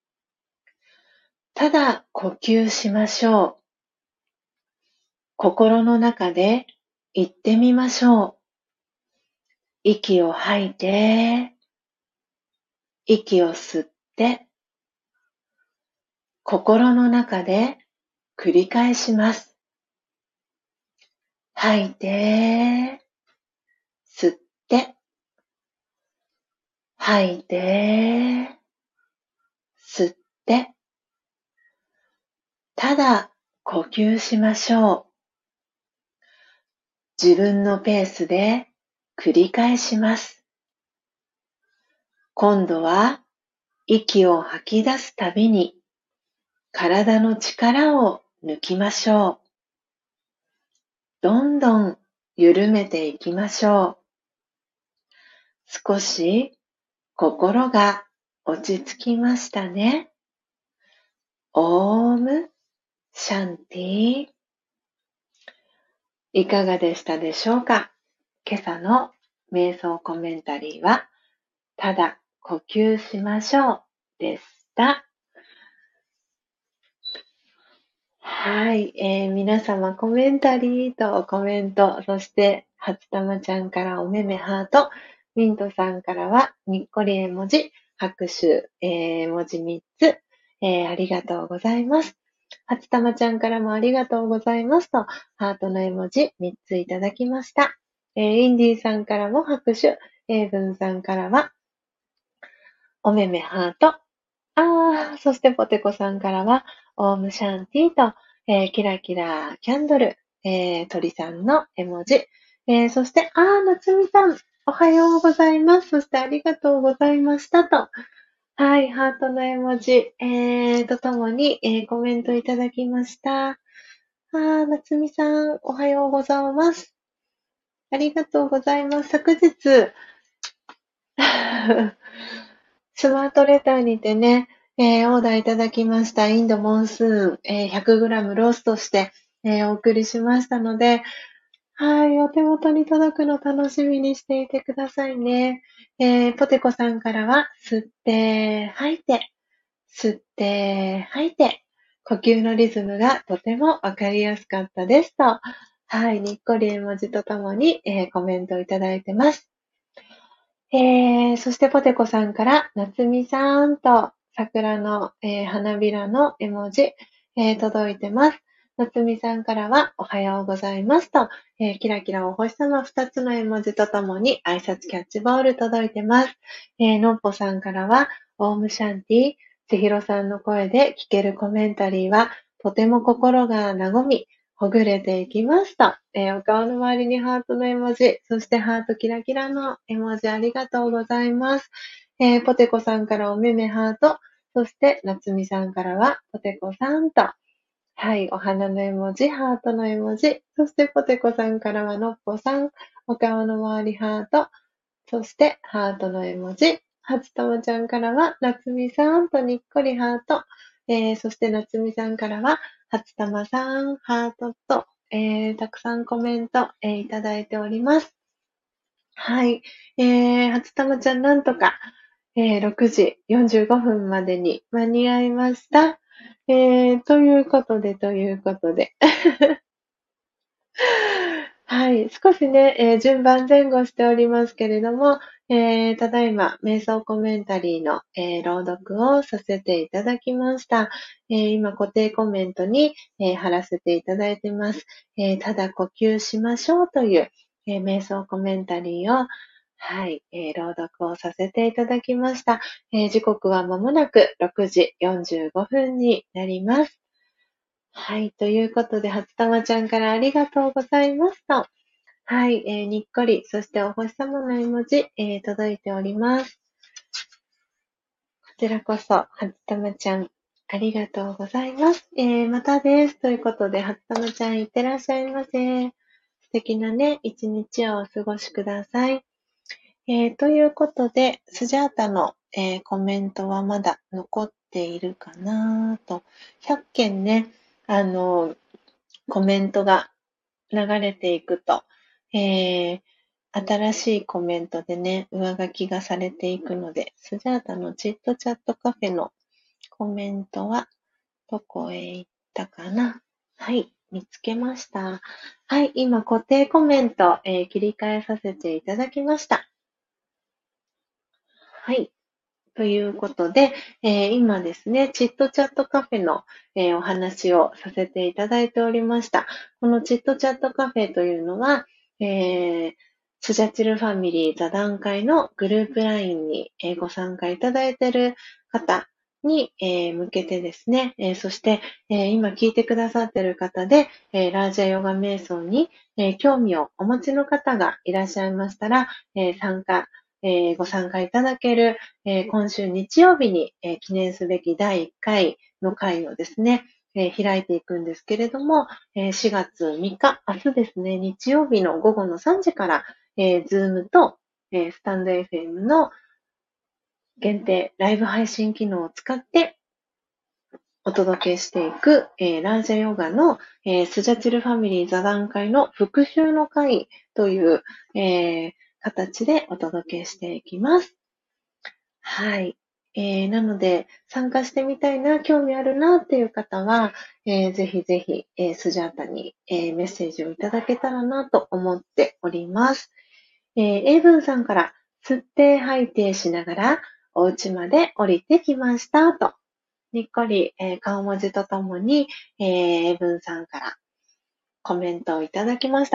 ただ呼吸しましょう。心の中で言ってみましょう。息を吐いて、息を吸って、 心の中で繰り返します。吐いて、吸って、吐いて、吸って、ただ呼吸しましょう。自分のペースで繰り返します。今度は息を吐き出すたびに体の力を抜きましょう。どんどん緩めていきましょう。少し心が落ち着きましたね。オームシャンティ。いかがでしたでしょうか？今朝の瞑想コメンタリーは、ただ呼吸しましょうでした。はい、えー、皆様コメンタリーとコメント、そして初玉ちゃんからおめめハート、ミントさんからはにっこり絵文字、拍手、えー、文字みっつ、えー、ありがとうございます。初玉ちゃんからもありがとうございますと、ハートの絵文字みっついただきました。えー、インディーさんからも拍手、エイブンさんからはおめめハート、あー、そしてポテコさんからはオームシャンティーと、えー、キラキラキャンドル、えー、鳥さんの絵文字、えー、そして、あー、なつみさん、おはようございます。そしてありがとうございましたと。はい、ハートの絵文字、えー、とともに、えー、コメントいただきました。あー、なつみさん、おはようございます。ありがとうございます。昨日、スマートレターにてね、えー、オーダーいただきましたインドモンスーン、えー、ひゃくグラム ローストして、えー、お送りしましたので、はい、お手元に届くの楽しみにしていてくださいね。えー、ポテコさんからは、吸って、吐いて、吸って、吐いて、呼吸のリズムがとてもわかりやすかったですと、はい、にっこり絵文字とともに、えー、コメントいただいてます。えー、そしてポテコさんから、なつみさんと桜の、えー、花びらの絵文字、えー、届いてます。なつみさんからは、おはようございますと、えー、キラキラお星様ふたつの絵文字とともに挨拶キャッチボール届いてます。えー、のっぽさんからは、オームシャンティ、ちひろさんの声で聞けるコメンタリーは、とても心が和み、ほぐれていきました。えー、お顔の周りにハートの絵文字、そしてハートキラキラの絵文字ありがとうございます。えー、ポテコさんからおめめハート、そしてなつみさんからはポテコさんと、はい、お花の絵文字、ハートの絵文字、そしてポテコさんからはのっぽさん、お顔の周りハート、そしてハートの絵文字、はつともちゃんからはなつみさんとにっこりハート、えー、そしてなつみさんからははつたまさん、ハートと、えー、たくさんコメント、えー、いただいております。はい。えー、はつたまちゃんなんとか、えー、ろくじよんじゅうごふんまでに間に合いました。えー、ということで、ということで。はい。少しね、えー順番前後しておりますけれども、えーただいま、瞑想コメンタリーの、えー朗読をさせていただきました。えー今、固定コメントに、えー貼らせていただいてます。えーただ呼吸しましょうという、えー瞑想コメンタリーを、はい、えー朗読をさせていただきました。えー時刻はまもなくろくじよんじゅうごふんになります。はい。ということで、初玉ちゃんからありがとうございますと。はい。えーにっこり、そしてお星様の絵文字、えー届いております。こちらこそ、初玉ちゃん、ありがとうございます。えーまたです。ということで、初玉ちゃん、いってらっしゃいませ。素敵なね、一日をお過ごしください。えーということで、スジャータの、えーコメントはまだ残っているかなと。ひゃっけんね、あの、コメントが流れていくと、えー新しいコメントでね、上書きがされていくので、スジャータのチットチャットカフェのコメントはどこへ行ったかな。はい、見つけました。はい、今固定コメント、えー切り替えさせていただきました。はい。 ということで、えー今ですね、チットチャットカフェの、えーお話をさせていただいておりました。このチットチャットカフェというのは、えースジャチルファミリー座談会のグループ ライン に、えーご参加いただいている方に、えー向けてですね、えーそして、えー今聞いてくださっている方で、えーラージャヨガ瞑想に、えー興味をお持ちの方がいらっしゃいましたら、えー参加、えーご参加いただける、えー今週日曜日に、えー記念すべきだいいっかいの会をですね、えー開いていくんですけれども、えーしがつみっか、明日ですね、日曜日の午後のさんじから、えー、Zoom と、えースタンド エフエム の限定ライブ配信機能を使ってお届けしていく、えーラージャヨガの、えースジャチルファミリー座談会の復習の会という、えー形でお届けしていきます。はい。えーなので、参加してみたいな、興味あるなっていう方は、えーぜひぜひ、えースジャータに、えーメッセージをいただけたらなと思っております。えー、エイブンさんから、吸って吐いてしながら、お家まで降りてきましたと、にっこり、えー顔文字とともに、えーエイブンさんからコメントをいただきました。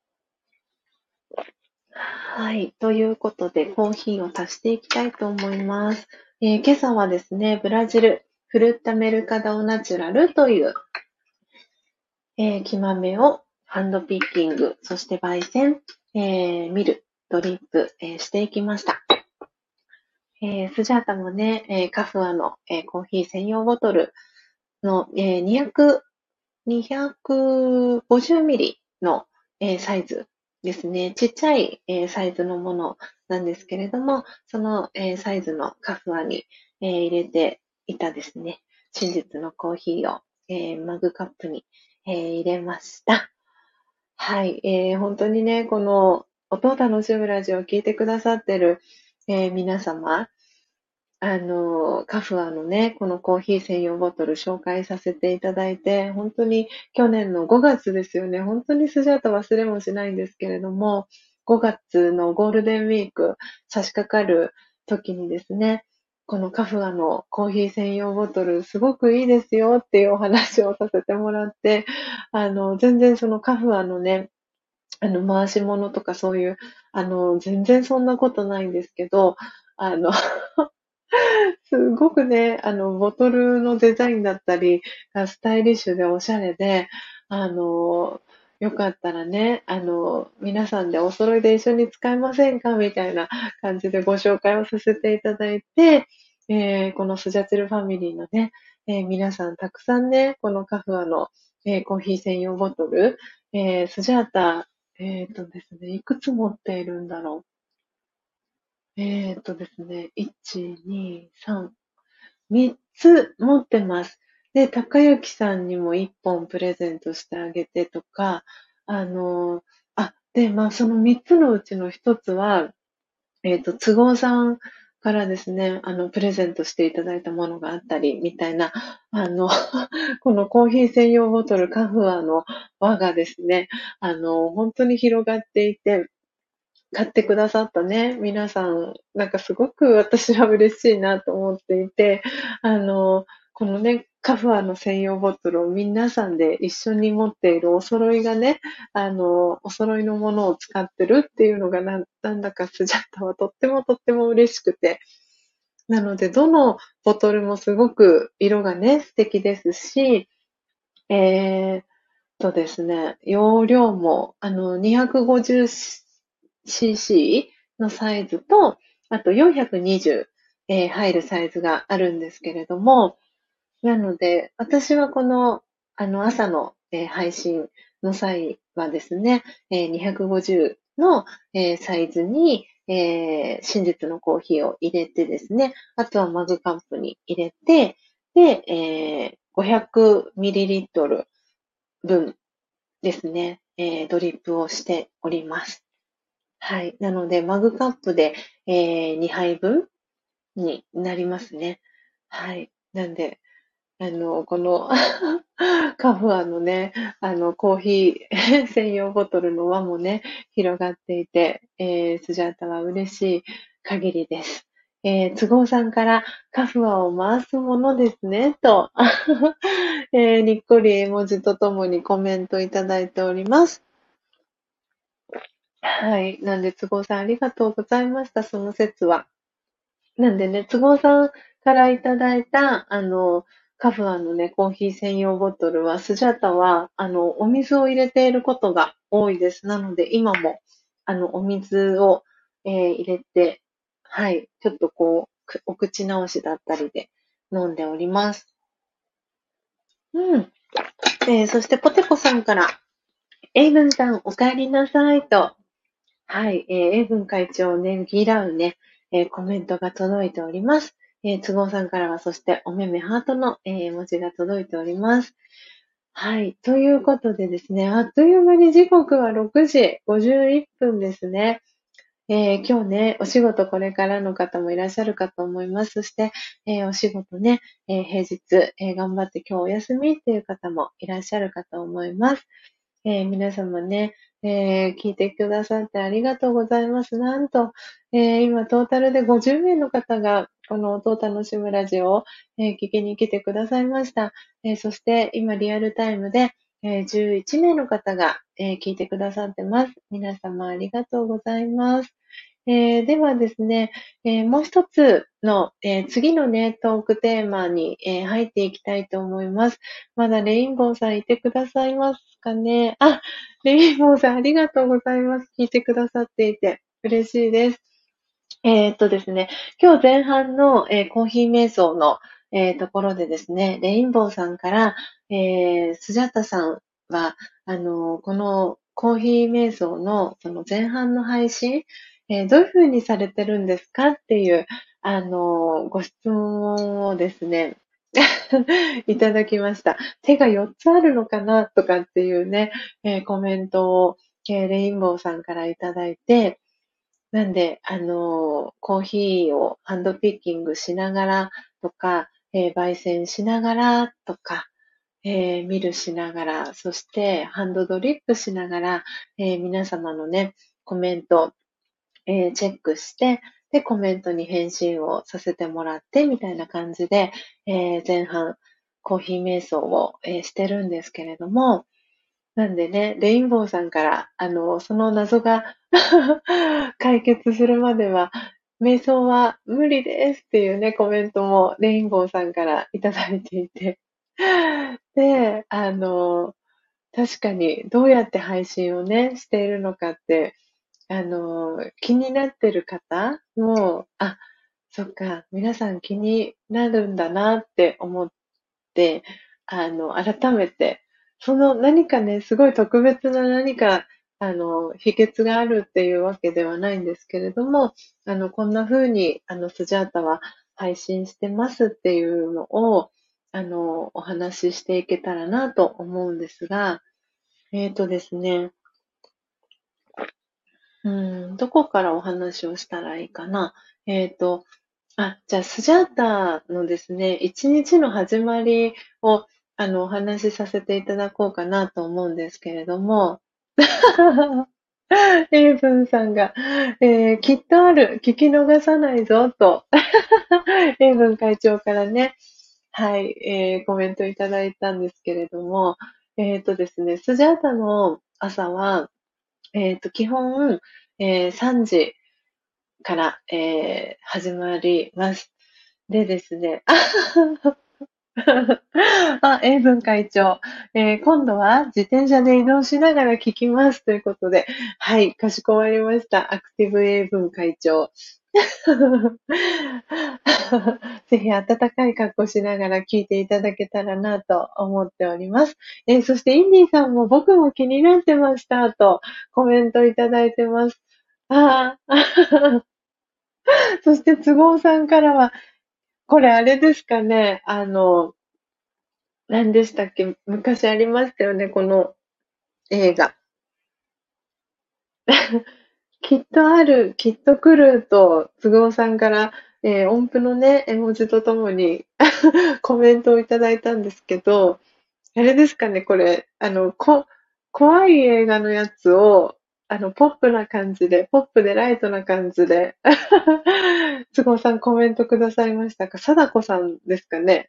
はい。ということで、コーヒーを足していきたいと思います。えー今朝はですね、ブラジル、フルッタメルカダオナチュラルという、えー、木豆をハンドピッキング、そして焙煎、えー、ミル、ドリップ、えーしていきました。えースジャータもね、えーカフアの、えーコーヒー専用ボトルの、えーにひゃく、にひゃくごじゅうミリの、えーサイズですね。ちっちゃい、えーサイズのものなんですけれども、その、えーサイズのカフアに、えー入れていたですね、真実のコーヒーを、えーマグカップに、えー入れました。はい、えー本当にね、この音を楽しむラジオを聞いてくださってる、えー皆様、あの、カフアのね、このコーヒー専用ボトル紹介させていただいて、本当に去年のごがつですよね。本当にスジャータ忘れもしないんですけれども、ごがつのゴールデンウィーク差し掛かる時にですね、このカフアのコーヒー専用ボトルすごくいいですよっていうお話をさせてもらって、あの、全然そのカフアのね、あの、回し物とかそういう、あの、全然そんなことないんですけど、あの、すごくね、あの、ボトルのデザインだったりがスタイリッシュでおしゃれで、あの、よかったらね、あの、皆さんでお揃いで一緒に使いませんかみたいな感じでご紹介をさせていただいて、えーこのスジャチルファミリーのね、えー皆さんたくさんね、このカフアの、えーコーヒー専用ボトル、えースジャータ、えっとですね、いくつ持っているんだろう。えっとですね、いち、に、さん、みっつ持ってます。で、高之さんにもいっぽんプレゼントしてあげてとか、あの、あ、で、まあ、そのみっつのうちのひとつは、えっと、都合さんからですね、あの、プレゼントしていただいたものがあったり、みたいな、あの、このコーヒー専用ボトルカフアの輪がですね、あの、本当に広がっていて、買ってくださったね、皆さん、なんかすごく私は嬉しいなと思っていて、あの、このね、カフアの専用ボトルを皆さんで一緒に持っているお揃いがね、あの、お揃いのものを使ってるっていうのがなんなんだかスジャッタはとってもとっても嬉しくて、なので、どのボトルもすごく色がね、素敵ですし、えーっとですね、容量も、あの、にひゃくごじゅうシーシー のサイズと、あとよんひゃくにじゅう、えー入るサイズがあるんですけれども、なので、私はこの、あの、朝の、えー配信の際はですね、えーにひゃくごじゅうの、えーサイズに、えー真実のコーヒーを入れてですね、あとはマグカップに入れて、で、えー ごひゃくミリリットル 分ですね、えードリップをしております。はい。なので、マグカップで、えーにはいぶんになりますね。はい。なんで、あの、このカフアのね、あの、コーヒー専用ボトルの輪もね、広がっていて、えースジャータは嬉しい限りです。 えー、都合さんからカフアを回すものですね、と、えー、にっこり絵文字とともにコメントいただいております。はい。なんで、都合さんありがとうございました、その説は。なんでね、都合さんからいただいた、あの、カフアのね、コーヒー専用ボトルは、スジャータは、あの、お水を入れていることが多いです。なので、今も、あの、お水を、えー入れて、はい、ちょっとこう、くお口直しだったりで飲んでおります。うん。えーそして、ポテコさんから、エイブンさん、お帰りなさいと、はい、えー、英文会長をねぎらうね、えーコメントが届いております。えー、都合さんからは、そしておめめハートの、えー文字が届いております。はい。ということでですね、あっという間に時刻はろくじごじゅういっぷんですね。えー今日ね、お仕事これからの方もいらっしゃるかと思います。そして、えーお仕事ね、えー平日、えー頑張って今日お休みっていう方もいらっしゃるかと思います。えー皆様ね、えー聞いてくださってありがとうございます。なんと、えー今トータルでごじゅうめいの方が、この音を楽しむラジオを、えー聞きに来てくださいました。えーそして今リアルタイムで、えーじゅういちめいの方が、えー聞いてくださってます。皆様ありがとうございます。えーではですね、えーもう一つの、えー次のね、トークテーマに、えー入っていきたいと思います。まだレインボーさんいてくださいますかね。あ、レインボーさんありがとうございます。聞いてくださっていて嬉しいです。えーっとですね、今日前半の、えーコーヒー瞑想の、えーところでですね、レインボーさんから、えースジャタさんは、あの、このコーヒー瞑想のその前半の配信、えーどういうふうにされてるんですかっていう、あの、ご質問をですね、いただきました。手がよっつあるのかなとかっていうね、えーコメントを、えーレインボーさんからいただいて、なんで、あの、コーヒーをハンドピッキングしながらとか、えー焙煎しながらとか、えーミルしながら、そしてハンドドリップしながら、えー皆様のね、コメント、えーチェックして、で、コメントに返信をさせてもらって、みたいな感じで、えー前半、コーヒー瞑想を、えーしてるんですけれども、なんでね、レインボーさんから、あの、その謎が解決するまでは、瞑想は無理ですっていうね、コメントもレインボーさんからいただいていて。で、あの、確かにどうやって配信をね、しているのかって、あの、気になってる方も、あ、そっか、皆さん気になるんだなって思って、あの、改めて、その何かね、すごい特別な何か、あの、秘訣があるっていうわけではないんですけれども、あの、こんな風に、あの、スジャータは配信してますっていうのを、あの、お話ししていけたらなと思うんですが、えーとですね、うん、どこからお話をしたらいいかな。えっと、あ、じゃあ、スジャータのですね、一日の始まりを、あの、お話しさせていただこうかなと思うんですけれども、エイブンさんが、えーきっとある、聞き逃さないぞ、と、エイブン会長からね、はい、えーコメントいただいたんですけれども、えっとですね、スジャータの朝は、えっと、基本、えーさんじから、えー始まります。でですね、あ、英文会長、えー今度は自転車で移動しながら聞きますということで、はい、かしこまりました。アクティブ英文会長。ぜひ暖かい格好しながら聞いていただけたらなと思っております。えーそしてインディさんも僕も気になってましたとコメントいただいてます。あーそして都合さんからは、これあれですかね、あの、何でしたっけ、昔ありましたよね、この映画。きっとある、きっと来ると、都合さんから、えー音符のね、絵文字とともにコメントをいただいたんですけど、あれですかね、これ、あの、こ、怖い映画のやつを、 あの、ポップな感じで、ポップでライトな感じで、都合さんコメントくださいましたか？貞子さんですかね？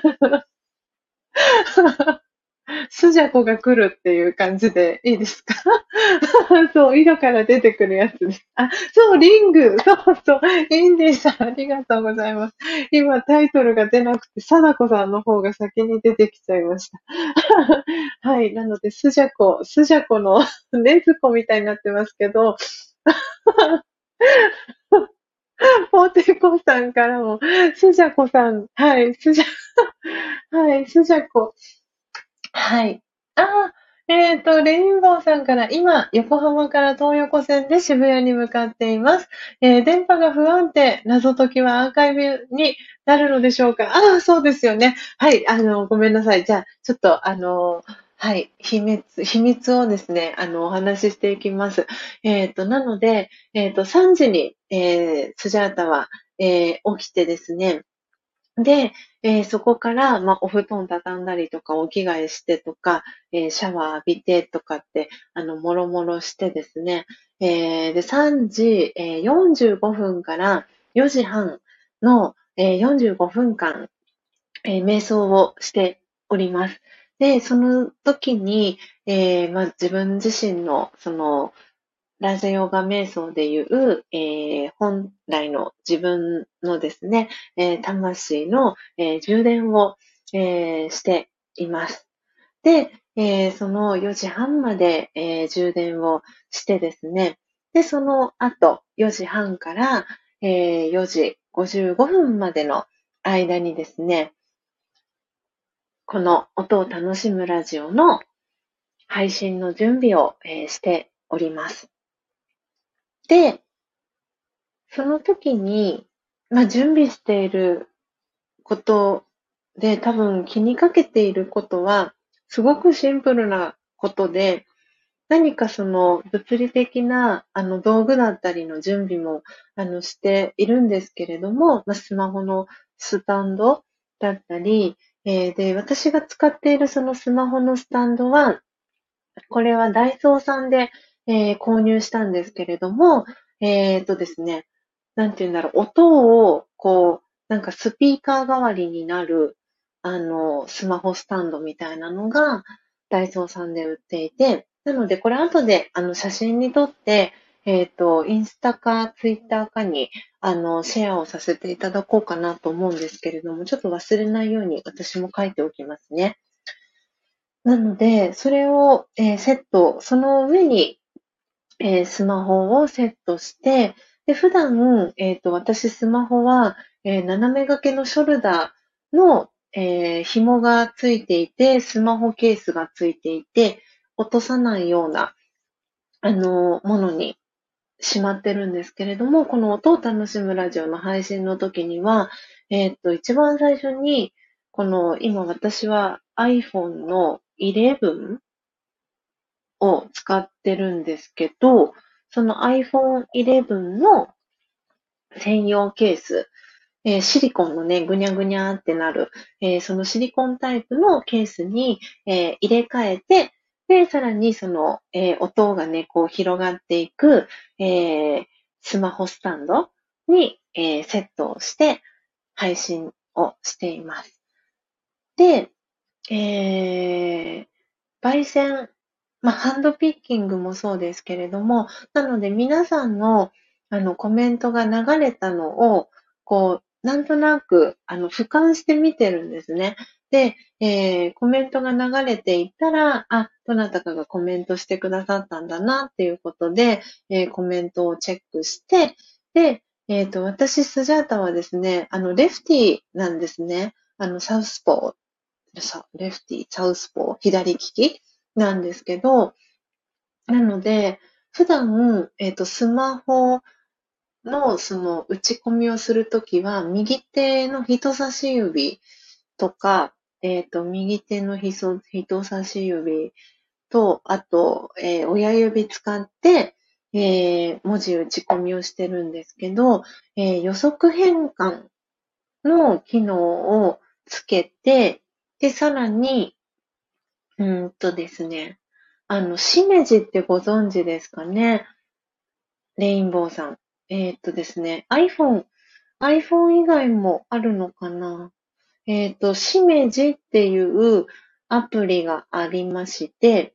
スジャコが来るっていう感じでいいですか？そう、井戸から出てくるやつです。あ、そう、リング。そうそう。インディさん、ありがとうございます。今、タイトルが出なくて、貞子さんの方が先に出てきちゃいました。はい。なので、スジャコ、スジャコのねずこみたいになってますけど、ポーテコさんからも、スジャコさん、はい、スジャ、はい、スジャコ、はい。ああ、えっと、レインボーさんから、今、横浜から東横線で渋谷に向かっています。えー電波が不安定、謎解きはアーカイブになるのでしょうか？ああ、そうですよね。はい、あの、ごめんなさい。じゃあ、ちょっと、あの、はい、秘密、秘密をですね、あの、お話ししていきます。えっと、なので、えっと、さんじに、えースジャータは、えー起きてですね、で、えーそこから、まあ、お布団畳んだりとか、お着替えしてとか、えーシャワー浴びてとかって、あの、もろもろしてですね、えーで、さんじ、えーよんじゅうごふんからよじはんの、えーよんじゅうごふんかん、えー瞑想をしております。で、その時に、えーまあ、自分自身の、その、ラジオガ瞑想でいう、えー本来の自分のですね、えー魂の、えー充電を、えーしています。で、えーそのよじはんまで、えー充電をしてですね、で、その後、よじはんから、えーよじごじゅうごふんまでの間にですね、この音を楽しむラジオの配信の準備を、えーしております。で、その時に、まあ、準備していることで、多分気にかけていることは、すごくシンプルなことで、何かその物理的なあの道具だったりの準備もあのしているんですけれども、まあ、スマホのスタンドだったり、えーで、私が使っているそのスマホのスタンドは、これはダイソーさんで、えー購入したんですけれども、えっとですね、なんて言うんだろう、音を、こう、なんかスピーカー代わりになる、あの、スマホスタンドみたいなのが、ダイソーさんで売っていて、なので、これ後で、あの、写真に撮って、えっと、インスタかツイッターかに、あの、シェアをさせていただこうかなと思うんですけれども、ちょっと忘れないように私も書いておきますね。なので、それを、えーセット、その上に、えースマホをセットして、で、普段、えっと、私スマホは、えー斜め掛けのショルダーの、えー紐がついていて、スマホケースがついていて、落とさないような、あのものにしまってるんですけれども、この音を楽しむラジオの配信の時には、えっと、一番最初に、この、今私は iPhone のじゅういちを使ってるんですけど、その iPhone じゅういちの専用ケース、えーシリコンのね、ぐにゃぐにゃーってなる、えーそのシリコンタイプのケースに、えー入れ替えて、で、さらにその、えー音がね、こう広がっていく、えースマホスタンドに、えーセットをして配信をしています。で、えー焙煎、まあ、ハンドピッキングもそうですけれども、なので皆さんの、あの、コメントが流れたのを、こう、なんとなく、あの、俯瞰して見てるんですね。で、えーコメントが流れていったら、あ、どなたかがコメントしてくださったんだなっていうことで、えーコメントをチェックして、で、えっと、私、スジャータはですね、あの、レフティなんですね。あの、サウスポーさレフティ、サウスポー、左利きなんですけど、なので、普段、えっと、スマホのその打ち込みをするときは、右手の人差し指とか、えっと、右手のひそ人差し指と、あと、えー親指使って、えー文字打ち込みをしてるんですけど、えー予測変換の機能をつけて、で、さらに、うーんとですね。 あの、しめじってご存知ですかね？レインボーさん。えーっとですね、iPhone、iPhone 以外もあるのかな？えっと、しめじっていうアプリがありまして、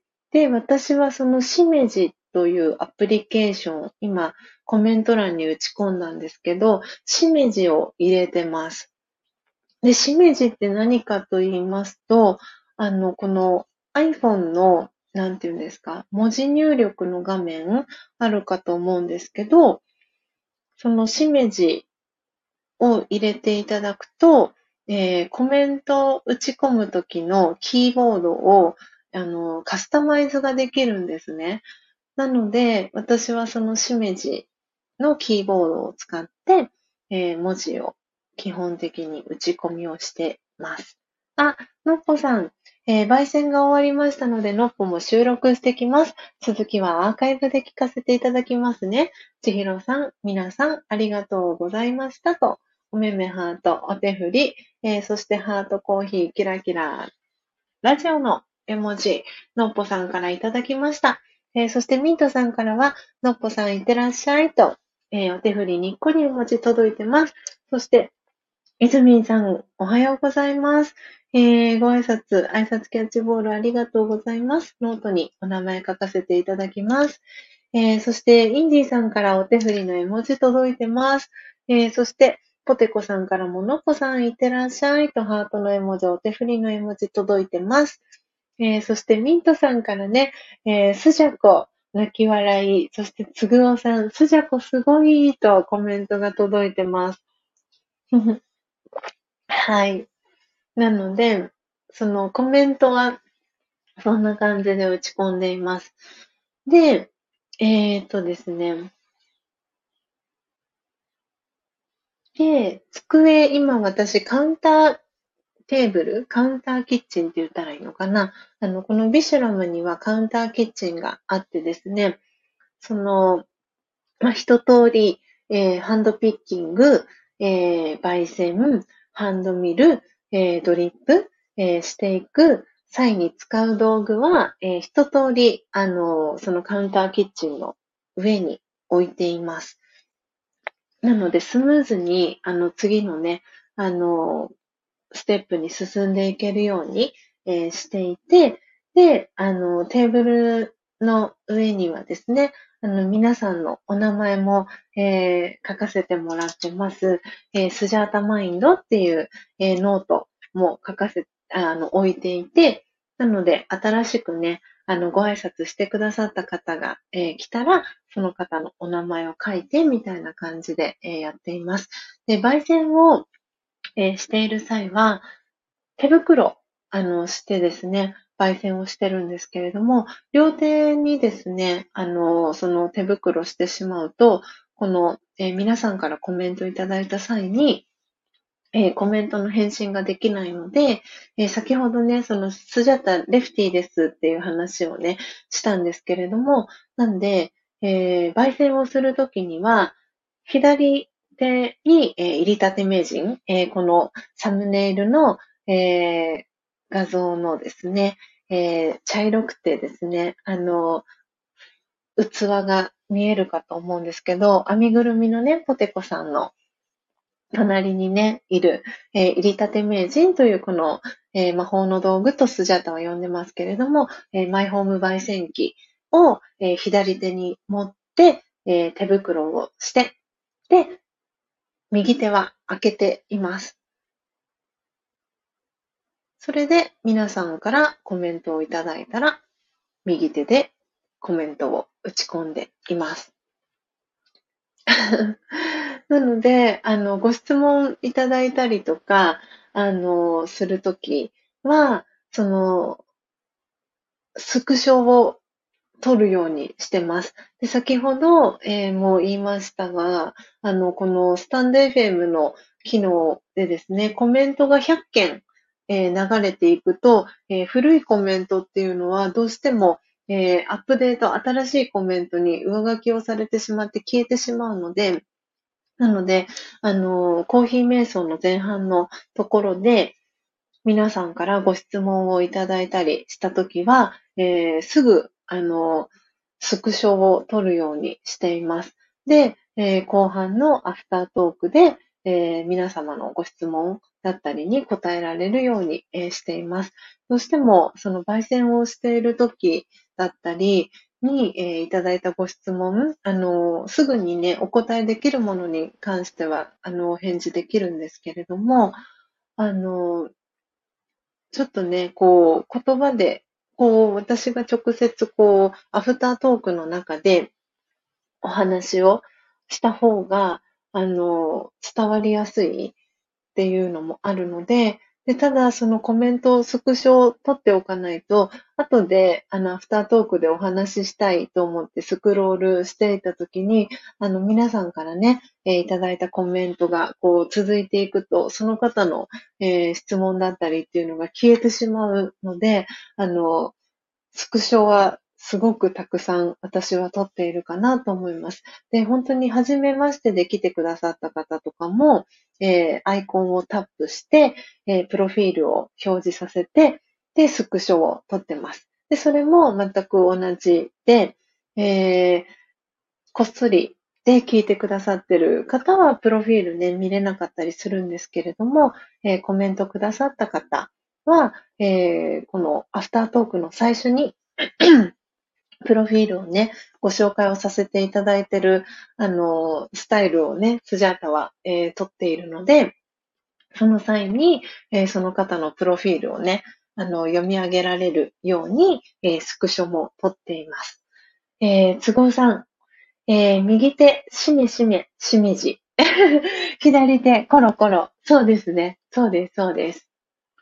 で、私はそのしめじというアプリケーションを今コメント欄に打ち込んだんですけど、しめじを入れてます。で、しめじって何かと言いますと、あの、この iPhone の、なんていうんですか、文字入力の画面あるかと思うんですけど、そのしめじを入れていただくと、えーコメントを打ち込むときのキーボードをあのカスタマイズができるんですね。なので、私はそのしめじのキーボードを使って、えー文字を基本的に打ち込みをしてます。あ、のっぽさん、えー焙煎が終わりましたので、のっぽも収録してきます。続きはアーカイブで聞かせていただきますね。ちひろさん、みなさん、ありがとうございましたと、おめめハート、お手振り、えーそしてハートコーヒー、キラキラ、ラジオの絵文字、のっぽさんからいただきました。えーそしてミントさんからは、のっぽさんいってらっしゃいと、えーお手振りにっこり絵文字届いてます。そして、いずみんさん、おはようございます。えーご挨拶、挨拶キャッチボールありがとうございます。ノートにお名前書かせていただきます。えーそして、インディさんからお手振りの絵文字届いてます。えーそして、ポテコさんからものっぽさんいってらっしゃいとハートの絵文字、お手振りの絵文字届いてます。えーそして、ミントさんからね、えースジャコ、泣き笑い、そして、つぐおさん、スジャコすごいとコメントが届いてます。はい。なので、そのコメントはそんな感じで打ち込んでいます。で、えーとですね。で、机、今私カウンターテーブル、カウンターキッチンって言ったらいいのかな。あの、このビシュラムにはカウンターキッチンがあってですね、その、まあ、一通り、えーハンドピッキング、えー焙煎、ハンドミル、えードリップ、えーしていく際に使う道具は、えー一通り、あの、そのカウンターキッチンの上に置いています。なので、スムーズに、あの、次のね、あの、ステップに進んでいけるように、えーしていて、で、あの、テーブルの上にはですね、あの、皆さんのお名前も、えー書かせてもらってます。えースジャータマインドっていう、えーノートも書かせ、あの、置いていて、なので、新しくね、あの、ご挨拶してくださった方が、えー来たら、その方のお名前を書いて、みたいな感じで、えーやっています。で、焙煎を、えーしている際は、手袋、あの、してですね、焙煎をしてるんですけれども、両手にですね、あの、その手袋してしまうと、この、えー皆さんからコメントいただいた際に、えーコメントの返信ができないので、えー先ほどね、そのスジャタレフティーですっていう話をね、したんですけれども、なんで、えー焙煎をするときには、左手に、えー入りたて名人、えーこのサムネイルの、えー画像のですね、えー茶色くてですね、あの、器が見えるかと思うんですけど、編みぐるみのね、ポテコさんの隣にね、いる、えー、入りたて名人というこの、えー魔法の道具とスジャータは呼んでますけれども、えーマイホーム焙煎機を、えー左手に持って、えー手袋をして、で、右手は開けています。それで皆さんからコメントをいただいたら、右手でコメントを打ち込んでいます。なので、あの、ご質問いただいたりとか、あの、するときは、その、スクショを撮るようにしてます。で、先ほど、えーもう言いましたが、あの、このスタンド エフエム の機能でですね、コメントがひゃっけん、えー流れていくと、えー古いコメントっていうのはどうしても、えーアップデート、新しいコメントに上書きをされてしまって消えてしまうので、なので、あの、コーヒー瞑想の前半のところで、皆さんからご質問をいただいたりしたときは、えーすぐあの、スクショを撮るようにしています。で、えー後半のアフタートークで、えー皆様のご質問だったりに答えられるように、えーしています。どうしても、その焙煎をしている時だったりに、えーいただいたご質問、あの、すぐにね、お答えできるものに関しては、あの、お返事できるんですけれども、あの、ちょっとね、こう、言葉で、こう、私が直接、こう、アフタートークの中でお話をした方が、あの、伝わりやすいっていうのもあるので、で、ただそのコメントをスクショを取っておかないと、後であのアフタートークでお話ししたいと思ってスクロールしていたときに、あの皆さんからね、えーいただいたコメントがこう続いていくと、その方の、えー質問だったりっていうのが消えてしまうので、あの、スクショはすごくたくさん私は撮っているかなと思います。で、本当に初めましてで来てくださった方とかも、えーアイコンをタップして、えープロフィールを表示させて、で、スクショを撮ってます。で、それも全く同じで、えーこっそりで聞いてくださってる方は、プロフィールね、見れなかったりするんですけれども、えーコメントくださった方は、えーこのアフタートークの最初にプロフィールをね、ご紹介をさせていただいてる、あの、スタイルをね、スジャータは、えー、取っているので、その際に、えーその方のプロフィールをね、あの、読み上げられるように、えースクショも取っています。えー、都合さん、えー右手、しめしめ、しめじ。左手、コロコロ。そうですね。そうです、そうです。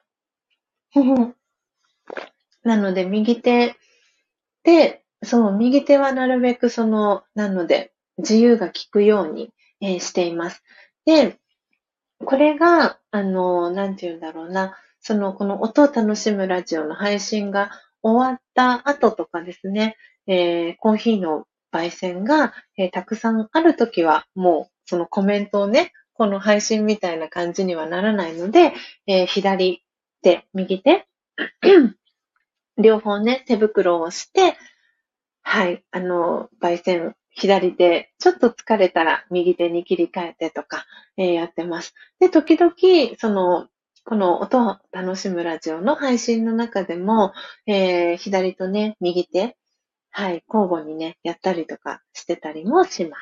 なので、右手で、そう、右手はなるべくその、なので、自由が利くように、えーしています。で、これが、あの、なんて言うんだろうな、その、この音を楽しむラジオの配信が終わった後とかですね、えーコーヒーの焙煎が、えーたくさんあるときは、もう、そのコメントをね、この配信みたいな感じにはならないので、えー左手、右手、両方ね、手袋をして、はい。あの、焙煎、左手、ちょっと疲れたら右手に切り替えてとか、えーやってます。で、時々、その、この音を楽しむラジオの配信の中でも、えー左とね、右手、はい、交互にね、やったりとかしてたりもします。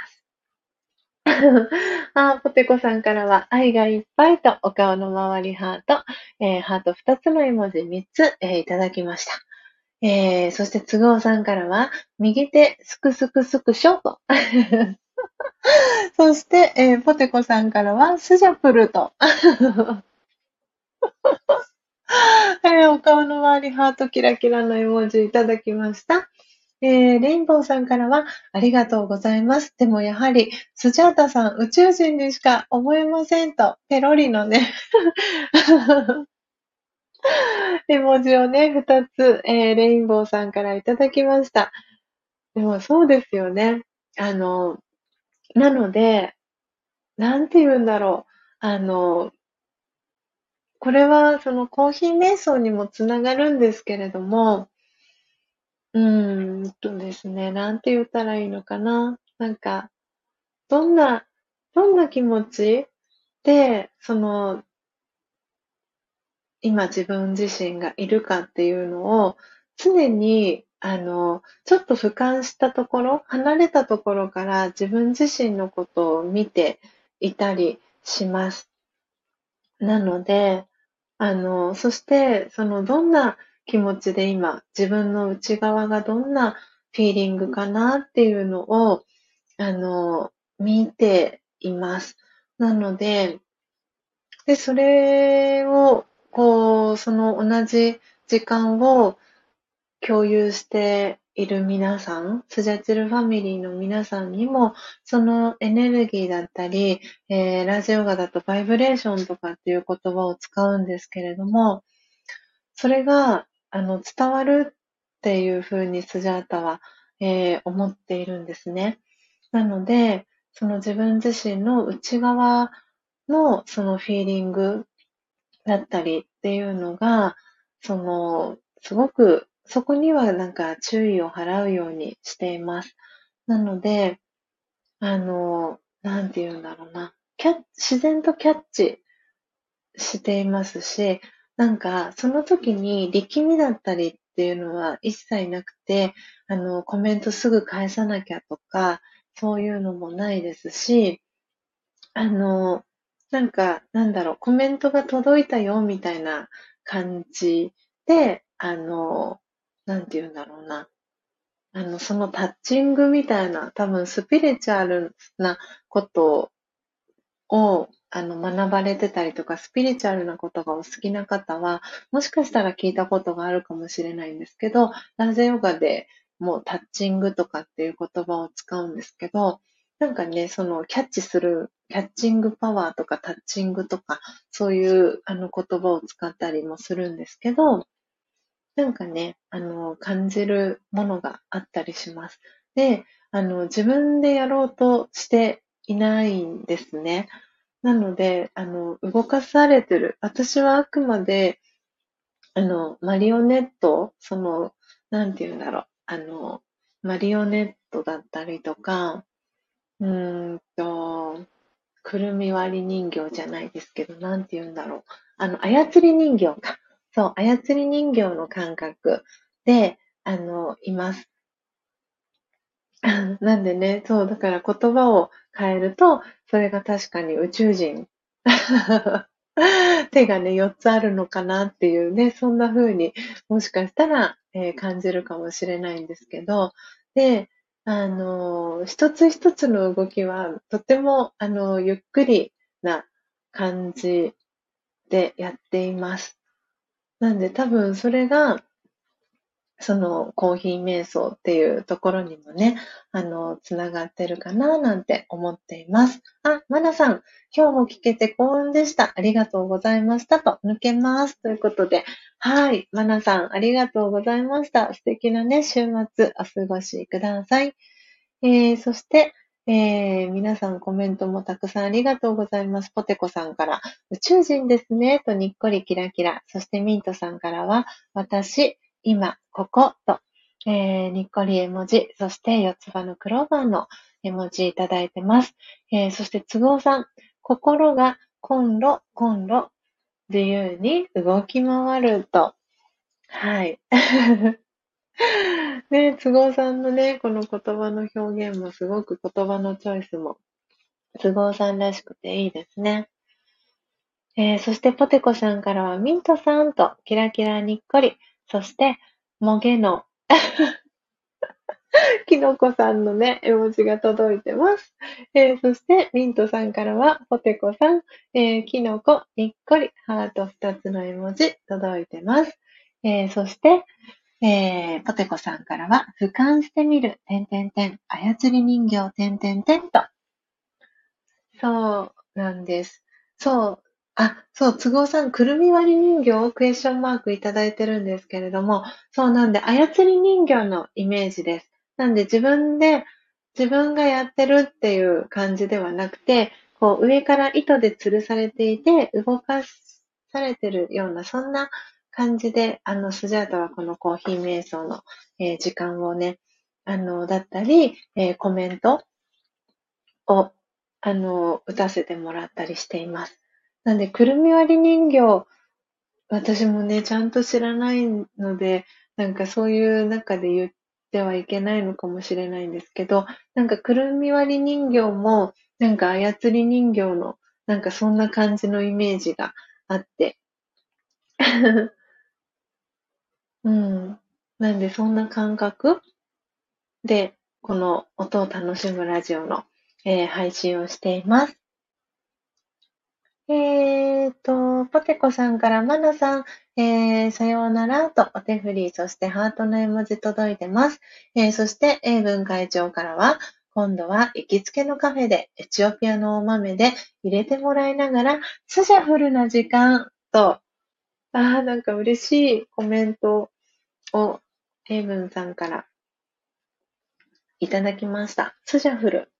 あー、ポテコさんからは、愛がいっぱいとお顔の周りハート、えーハートふたつの絵文字みっつ、えーいただきました。えー、そして都合さんからは、右手、すくすくすくしょと。そして、えー、ポテコさんからは、スジャプルと。えー、お顔の周り、ハートキラキラの絵文字いただきました。えー、レインボーさんからは、ありがとうございます。でもやはり、スジャータさん、宇宙人にしか思えませんと、ペロリのね、絵文字をね、二つ、えー、レインボーさんからいただきました。でもそうですよね。あの、なので、なんて言うんだろう。あの、これはそのコーヒー瞑想にもつながるんですけれども、うーんとですね、なんて言ったらいいのかな。なんか、どんな、どんな気持ちで、その、今自分自身がいるかっていうのを、常に、あの、ちょっと俯瞰したところ、離れたところから自分自身のことを見ていたりします。なので、あの、そして、その、どんな気持ちで今、自分の内側がどんなフィーリングかなっていうのを、あの、見ています。なので、で、それを、こう、その同じ時間を共有している皆さん、スジャチルファミリーの皆さんにも、そのエネルギーだったり、えーラジオガだとバイブレーションとかっていう言葉を使うんですけれども、それが、あの、伝わるっていうふうにスジャータは、えー思っているんですね。なので、その自分自身の内側のそのフィーリングだったりっていうのが、その、すごくそこにはなんか注意を払うようにしています。なので、あの、なんて言うんだろうな。キャッ自然とキャッチしていますし、なんか、その時に力みだったりっていうのは一切なくて、あの、コメントすぐ返さなきゃとか、そういうのもないですし、あの、なんか、なんだろう、コメントが届いたよみたいな感じで、あの、なんて言うんだろうな。あの、そのタッチングみたいな、多分スピリチュアルなことを、あの、学ばれてたりとか、スピリチュアルなことがお好きな方は、もしかしたら聞いたことがあるかもしれないんですけど、ラージャヨガでもうタッチングとかっていう言葉を使うんですけど、なんかね、そのキャッチする、キャッチングパワーとかタッチングとか、そういうあの言葉を使ったりもするんですけど、なんかね、あの、感じるものがあったりします。で、あの、自分でやろうとしていないんですね。なので、あの、動かされてる。私はあくまで、あの、マリオネット、その、なんて言うんだろう。あの、マリオネットだったりとか、うーんと、くるみ割り人形じゃないですけど、なんて言うんだろう。あの、操り人形か。そう、操り人形の感覚で、あの、います。なんでね、そう、だから言葉を変えると、それが確かに宇宙人。手がね、よっつあるのかなっていうね、そんな風にもしかしたら、えー感じるかもしれないんですけど、で、あのー一つ一つの動きはとても、あのーゆっくりな感じでやっています。なんで多分それがそのコーヒー瞑想っていうところにもね、あの、つながってるかななんて思っています。あ、マナさん、今日も聞けて幸運でした。ありがとうございましたと、抜けます。ということで、はい、マナさん、ありがとうございました。素敵なね、週末お過ごしください。えー、そして、えー、皆さんコメントもたくさんありがとうございます。ポテコさんから、宇宙人ですね、とにっこりキラキラ。そしてミントさんからは、私、今、ここと、えー、にっこり絵文字、そして四つ葉のクローバーの絵文字いただいてます。えー、そして都合さん、心がコンロ、コンロ、自由に動き回ると。はい。ね、都合さんのね、この言葉の表現もすごく言葉のチョイスも都合さんらしくていいですね。えー、そしてポテコさんからはミントさんとキラキラにっこり、そしてもげのきのこさんのね、絵文字が届いてます。えー、そしてミントさんからはポテコさん、えー、きのこにっこり、ハートふたつの絵文字届いてます。えー、そしてえー、ポテコさんからは、俯瞰してみる、てんてんてん、操り人形、てんてんてんと。そうなんです。そう。あ、そう、都合さん、くるみ割り人形をクエスチョンマークいただいてるんですけれども、そうなんで、操り人形のイメージです。なんで、自分で、自分がやってるっていう感じではなくて、こう、上から糸で吊るされていて、動かされてるような、そんな感じで、あの、スジャータはこのコーヒー瞑想の、えー時間をね、あの、だったり、えーコメントを、あの、打たせてもらったりしています。なんで、くるみ割り人形、私もね、ちゃんと知らないので、なんかそういう中で言ってはいけないのかもしれないんですけど、なんかくるみ割り人形も、なんか操り人形の、なんかそんな感じのイメージがあって。うん。なんで、そんな感覚で、この音を楽しむラジオの、えー配信をしています。えーと、ポテコさんからマナさん、えー、さようならとお手振り、そしてハートの絵文字届いてます。えー、そして、英文会長からは、今度は行きつけのカフェでエチオピアのお豆で入れてもらいながら、スジャフルな時間と、あー、なんか嬉しいコメントを英文さんからいただきました。スジャフル。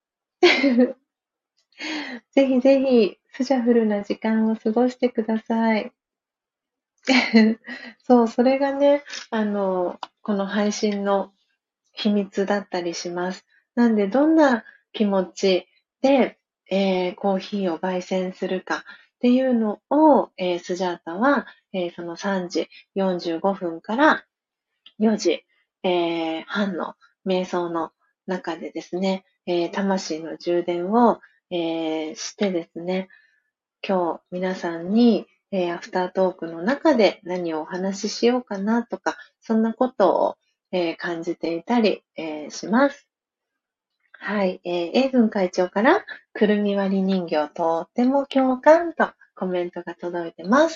ぜひぜひ、スジャフルな時間を過ごしてください。そう、それがね、あの、 この配信の秘密だったりします。なんで、どんな気持ちで、えー、コーヒーを焙煎するかっていうのを、えー、スジャータは、えー、そのさんじよんじゅうごふんからよじ、えー、半の瞑想の中でですね、えー、魂の充電を、えー、してですね、今日皆さんに、えー、アフタートークの中で何をお話ししようかなとか、そんなことを、えー、感じていたり、えー、します。はい、えー、英文会長から、くるみ割り人形とっても共感とコメントが届いてます。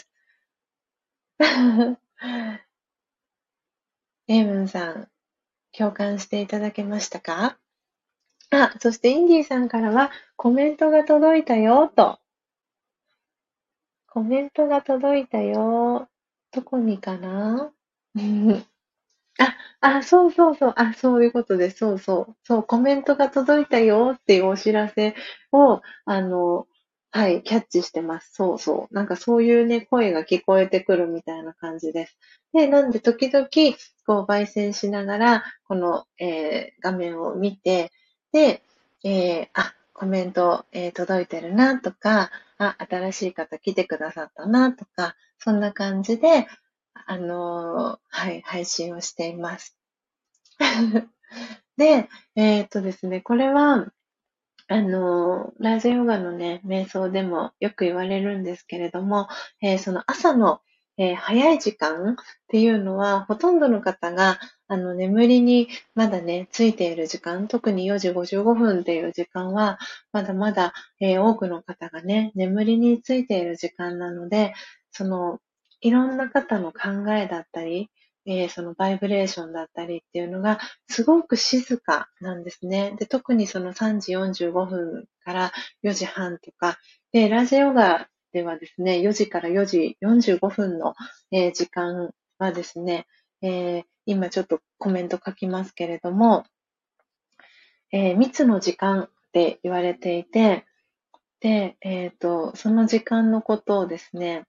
英文さん、共感していただけましたか？あ、そしてインディーさんからはコメントが届いたよと。コメントが届いたよ。どこにかな？あ、あ、そうそうそう。あ、そういうことです。そうそう。そう、コメントが届いたよっていうお知らせを、あの、はい、キャッチしてます。そうそう。なんかそういうね、声が聞こえてくるみたいな感じです。で、なんで時々、こう、焙煎しながら、この、えー画面を見て、で、えーあ、コメント、えー届いてるなとか、あ、新しい方来てくださったなとか、そんな感じで、あのーはい、配信をしています。で、えーっとですね、これは、あのーラージャヨガのね、瞑想でもよく言われるんですけれども、えーその朝の、えー早い時間っていうのは、ほとんどの方が、あの、眠りにまだね、ついている時間、特によじごじゅうごふんっていう時間は、まだまだ、えー多くの方がね、眠りについている時間なので、その、いろんな方の考えだったり、えーそのバイブレーションだったりっていうのがすごく静かなんですね。で、特にそのさんじよんじゅうごふんからよじはんとか、で、ラージヨガではですね、よじからよじよんじゅうごふんの、えー時間はですね、えー今ちょっとコメント書きますけれども、えー密の時間って言われていて、で、えっと、その時間のことをですね、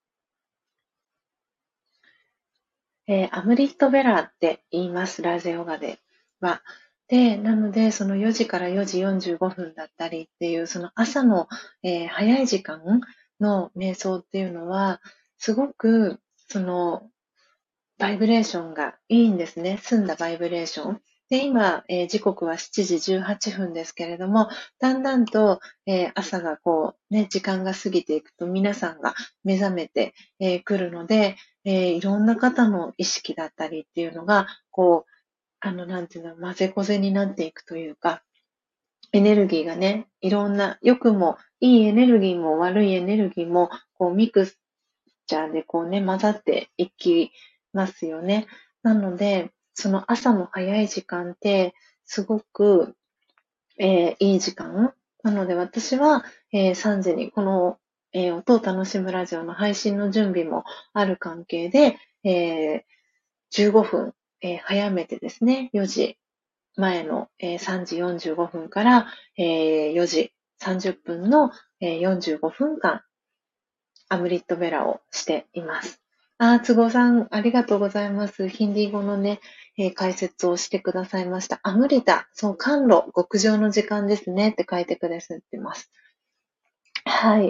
えーアムリットベラーって言います、ラージャヨガでは。で、なので、そのよじからよじよんじゅうごふんだったりっていう、その朝の、えー早い時間の瞑想っていうのは、すごく、その、バイブレーションがいいんですね。澄んだバイブレーション。で、今、えー時刻はしちじじゅうはっぷんですけれども、だんだんと、えー朝がこう、ね、時間が過ぎていくと皆さんが目覚めてく、えーるので、えーいろんな方の意識だったりっていうのが、こう、あの、なんていうの、混ぜこぜになっていくというか、エネルギーがね、いろんな、良くも、いいエネルギーも悪いエネルギーも、こう、ミクスチャーでこうね、混ざっていきますよね。なので、その朝の早い時間って、すごく、えーいい時間なので、私は、えーさんじにこの、えー音を楽しむラジオの配信の準備もある関係で、えーじゅうごふん、えー早めてですね、よじまえの、えーさんじよんじゅうごふんから、えーよじさんじゅっぷんの、えーよんじゅうごふんかん、アムリットベラをしています。あー、都合さん、ありがとうございます。ヒンディー語のね、えー解説をしてくださいました。アムリタ、そう、甘露、極上の時間ですねって書いてくださってます。はい。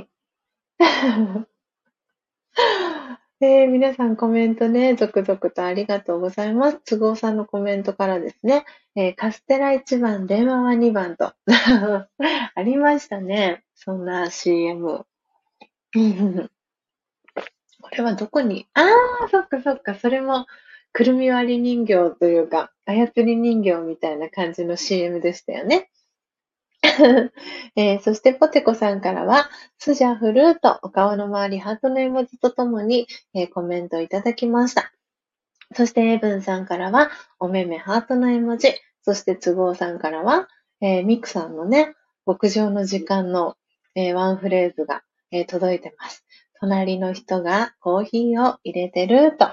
えー皆さんコメントね、続々とありがとうございます。都合さんのコメントからですね、えーカステラいちばん、電話はにばんと。ありましたね。そんな シーエム。これはどこに、ああ、そっかそっか、それも、くるみ割り人形というか、操り人形みたいな感じの シーエム でしたよね。えーそしてポテコさんからは、スジャフルーとお顔の周りハートの絵文字とともに、えーコメントいただきました。そしてエブンさんからは、おめめハートの絵文字。そして都合さんからは、えーミクさんのね、牧場の時間の、えーワンフレーズが、えー届いてます。隣の人がコーヒーを入れてると。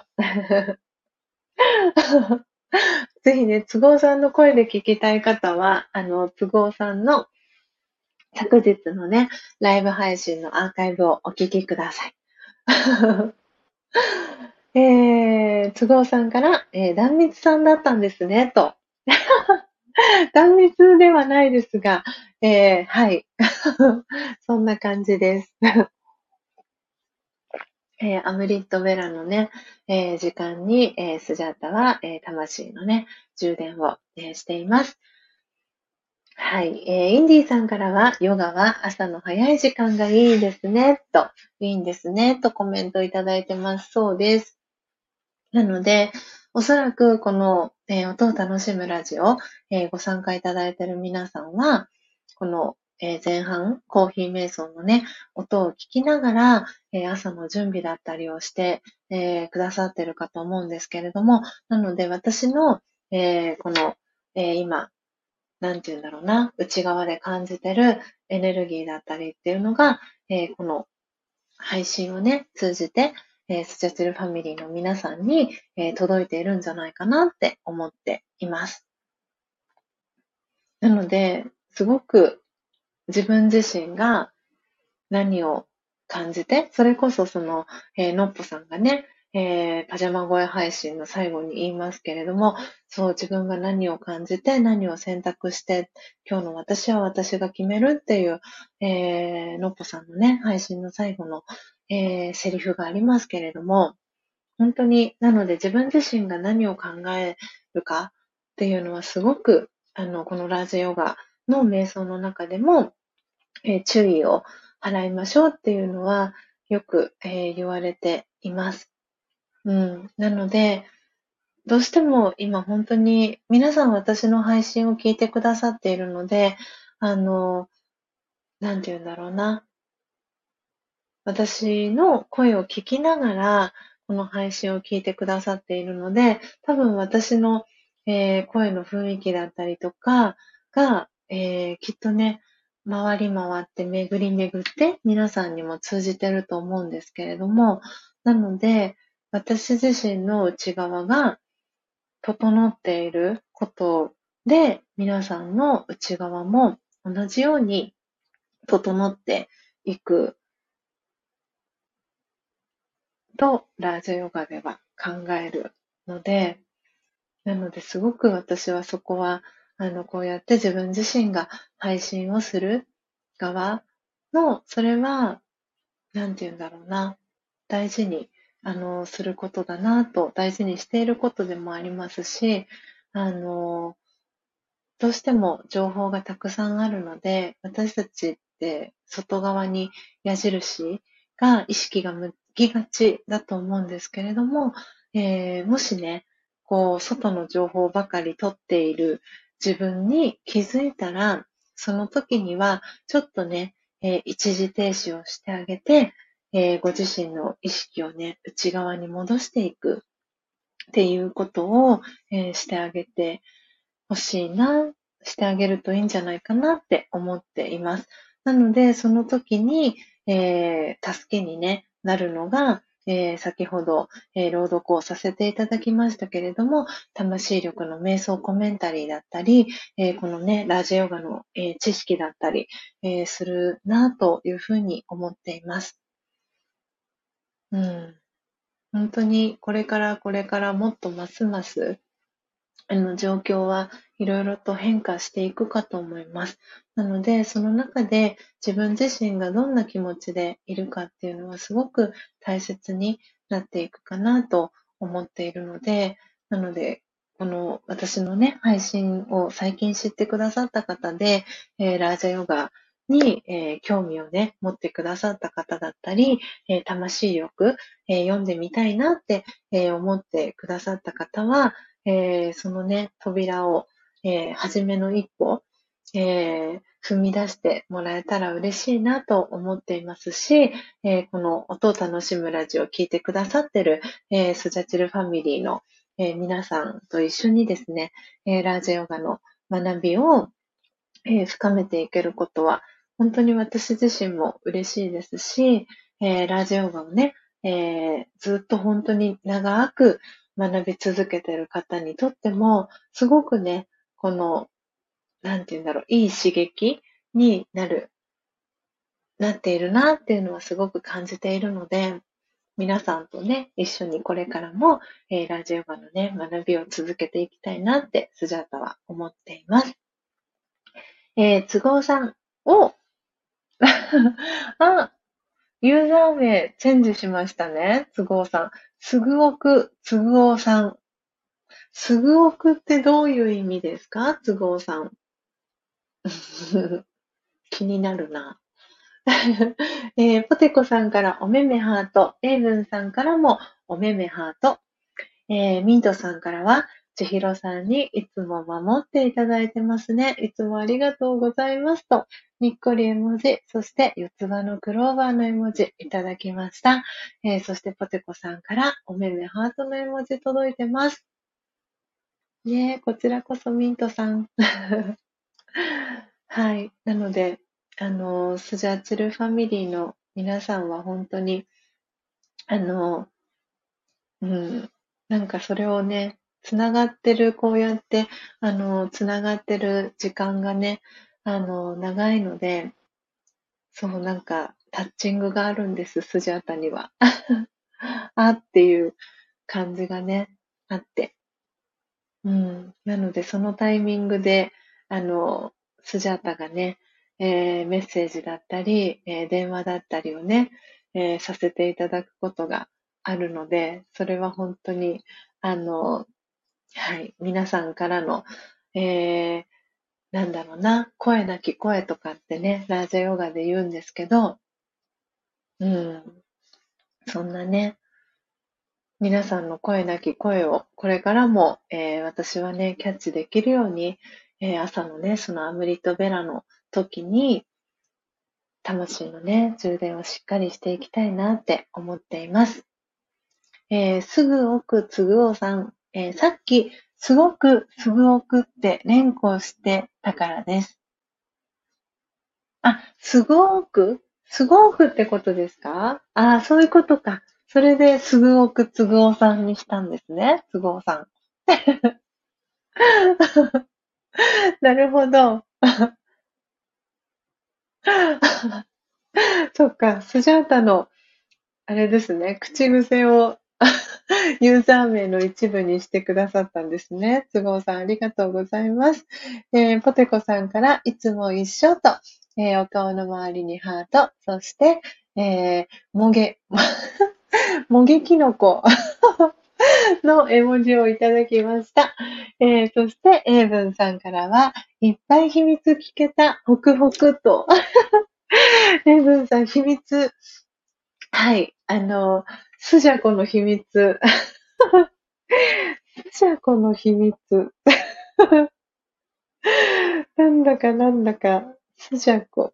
ぜひね、都合さんの声で聞きたい方は、あの、都合さんの昨日のね、ライブ配信のアーカイブをお聞きください。 えー、都合さんから、えー、断蜜さんだったんですね、と。断蜜ではないですが、えー、はい。そんな感じです。えー、アムリット・ベラのね、えー時間に、えースジャータは、えー魂のね、充電を、えーしています。はい、えーインディーさんからは、ヨガは朝の早い時間がいいですね、と、いいんですね、とコメントいただいてます。そうです。なので、おそらくこの、えー音を楽しむラジオ、えーご参加いただいている皆さんは、この、えー前半、コーヒー瞑想のね、音を聞きながら、えー朝の準備だったりをして、えーくださってるかと思うんですけれども、なので私の、えーこの、えー今、なんて言うんだろうな、内側で感じてるエネルギーだったりっていうのが、えーこの配信をね、通じて、えースジャチルファミリーの皆さんに、えー届いているんじゃないかなって思っています。なので、すごく自分自身が何を感じて、それこそその、えーのっぽさんがね、えーパジャマ声配信の最後に言いますけれども、そう自分が何を感じて、何を選択して、今日の私は私が決めるっていう、えーのっぽさんのね、配信の最後の、えーセリフがありますけれども、本当に、なので自分自身が何を考えるかっていうのはすごく、あの、このラージヨガの瞑想の中でも、えー注意を払いましょうっていうのはよく、えー言われています。うん。なので、どうしても今本当に皆さん私の配信を聞いてくださっているので、あの、なんて言うんだろうな。私の声を聞きながら、この配信を聞いてくださっているので、多分私の、えー声の雰囲気だったりとかが、えーきっとね、回り回って巡り巡って皆さんにも通じてると思うんですけれども、なので、私自身の内側が整っていることで、皆さんの内側も同じように整っていくと、ラージャヨガでは考えるので、なのですごく私はそこは、あの、こうやって自分自身が配信をする側の、それは、なんて言うんだろうな、大事に、あの、することだなと、大事にしていることでもありますし、あの、どうしても情報がたくさんあるので、私たちって外側に矢印が意識が向きがちだと思うんですけれども、えーもしね、こう、外の情報ばかり取っている自分に気づいたら、その時にはちょっとね、えー一時停止をしてあげて、えーご自身の意識をね、内側に戻していくっていうことを、えーしてあげて欲しいな、してあげるといいんじゃないかなって思っています。なので、その時に、えー助けに、ね、なるのが、えー先ほど、えー朗読をさせていただきましたけれども、魂力の瞑想コメンタリーだったり、えーこのね、ラージヨガの、えー知識だったり、えーするなというふうに思っています。うん、本当にこれからこれからもっとますますあの、状況はいろいろと変化していくかと思います。なので、その中で自分自身がどんな気持ちでいるかっていうのはすごく大切になっていくかなと思っているので、なので、この私のね、配信を最近知ってくださった方で、えーラージャヨガに、えー興味をね、持ってくださった方だったり、えー魂力、えー読んでみたいなって、えー思ってくださった方は、えーそのね、扉を、えー初めの一歩、えー踏み出してもらえたら嬉しいなと思っていますし、えーこの音を楽しむラジオを聞いてくださってる、えースジャチルファミリーの、えー皆さんと一緒にですね、えーラージャヨガの学びを、えー深めていけることは、本当に私自身も嬉しいですし、えーラージヨガをね、えーずっと本当に長く学び続けている方にとっても、すごくね、この、なんて言うんだろう、いい刺激になる、なっているなっていうのはすごく感じているので、 皆さんとね、一緒にこれからも、えーラジオガのね、学びを続けていきたいなって、スジャータは思っています。えー、都合さんを、あ、ユーザー名チェンジしましたね、都合さん。すぐおく、都合さん。すぐおくってどういう意味ですか、都合さん。気になるな。えーポテコさんからおめめハート、エイブンさんからもおめめハート、えーミントさんからは、千尋さんにいつも守っていただいてますね。いつもありがとうございますと、にっこり絵文字、そして四つ葉のクローバーの絵文字いただきました。えーそしてポテコさんからおめめハートの絵文字届いてます。ねえ、こちらこそミントさん。はい。なので、あの、スジャーチルファミリーの皆さんは本当に、あの、うん、なんかそれをね、つながってる、こうやって、あの、つながってる時間がね、あの、長いので、そう、なんか、タッチングがあるんです、スジャータには。あっていう感じがね、あって。うん。なので、そのタイミングで、あの、スジャータがね、えーメッセージだったり、えー電話だったりをね、えーさせていただくことがあるので、それは本当に、あの、はい、皆さんからの、えーなんだろうな、声なき声とかってね、ラージャヨガで言うんですけど、うん、そんなね、皆さんの声なき声をこれからも、えー私はね、キャッチできるように、えー朝のね、そのアムリットベラの時に、魂のね、充電をしっかりしていきたいなって思っています。えーすぐ奥つぐおさん、えーさっき、すごくすぐ奥って連呼してたからです。あ、すごくすごくってことですか？ああ、そういうことか。それで、すぐおくつぐおさんにしたんですね。つぐおさん。なるほど。そっか、スジャータの、あれですね、口癖をユーザー名の一部にしてくださったんですね。都合さん、ありがとうございます。えーポテコさんから、いつも一緒と、えーお顔の周りにハート、そして、えーもげ、もげきのこの絵文字をいただきました。えーそして、エイブンさんからは、いっぱい秘密聞けた、ホクホクと。エイブンさん、秘密、はい、あの、スジャコの秘密。スジャコの秘密。なんだかなんだか、スジャコ。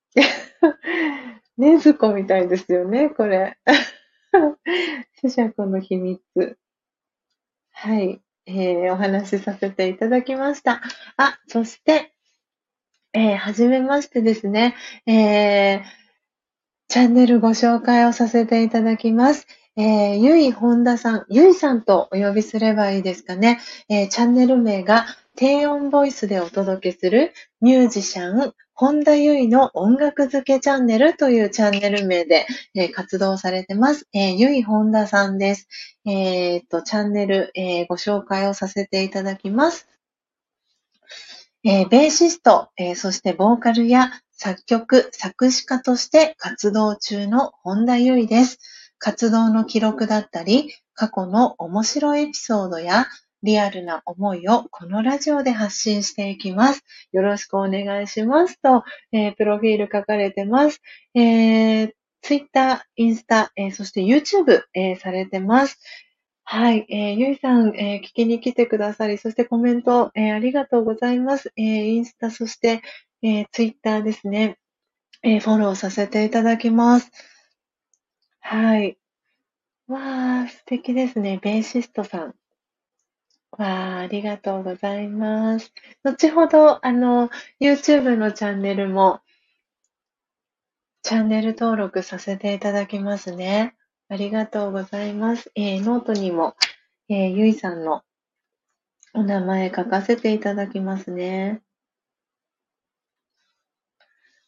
ねずこみたいですよね、これ。スジャコの秘密。はい。えーお話しさせていただきました。あ、そして、えーはじめましてですね。えーチャンネルご紹介をさせていただきます。えー、ゆいほんださん、ゆいさんとお呼びすればいいですかね。えーチャンネル名が低音ボイスでお届けするミュージシャン、本田ゆいの音楽付けチャンネルというチャンネル名で、えー活動されてます。えーゆいほんださんです。えーっと、チャンネル、えーご紹介をさせていただきます。えーベーシスト、えーそしてボーカルや作曲、作詞家として活動中の本田優衣です。活動の記録だったり、過去の面白いエピソードやリアルな思いをこのラジオで発信していきます。よろしくお願いしますと、えープロフィール書かれてます。えー、Twitter、インスタ、えーそして YouTube、えーされてます。はい、えー、ゆいさん、えー聞きに来てくださり、そしてコメント、えーありがとうございます。えーインスタ、そして、えーツイッターですね、えーフォローさせていただきます。はい。わー、素敵ですね。ベーシストさん。わー、ありがとうございます。後ほど、あの、YouTube のチャンネルも、チャンネル登録させていただきますね。ありがとうございます。えーノートにも、えーゆいさんのお名前書かせていただきますね。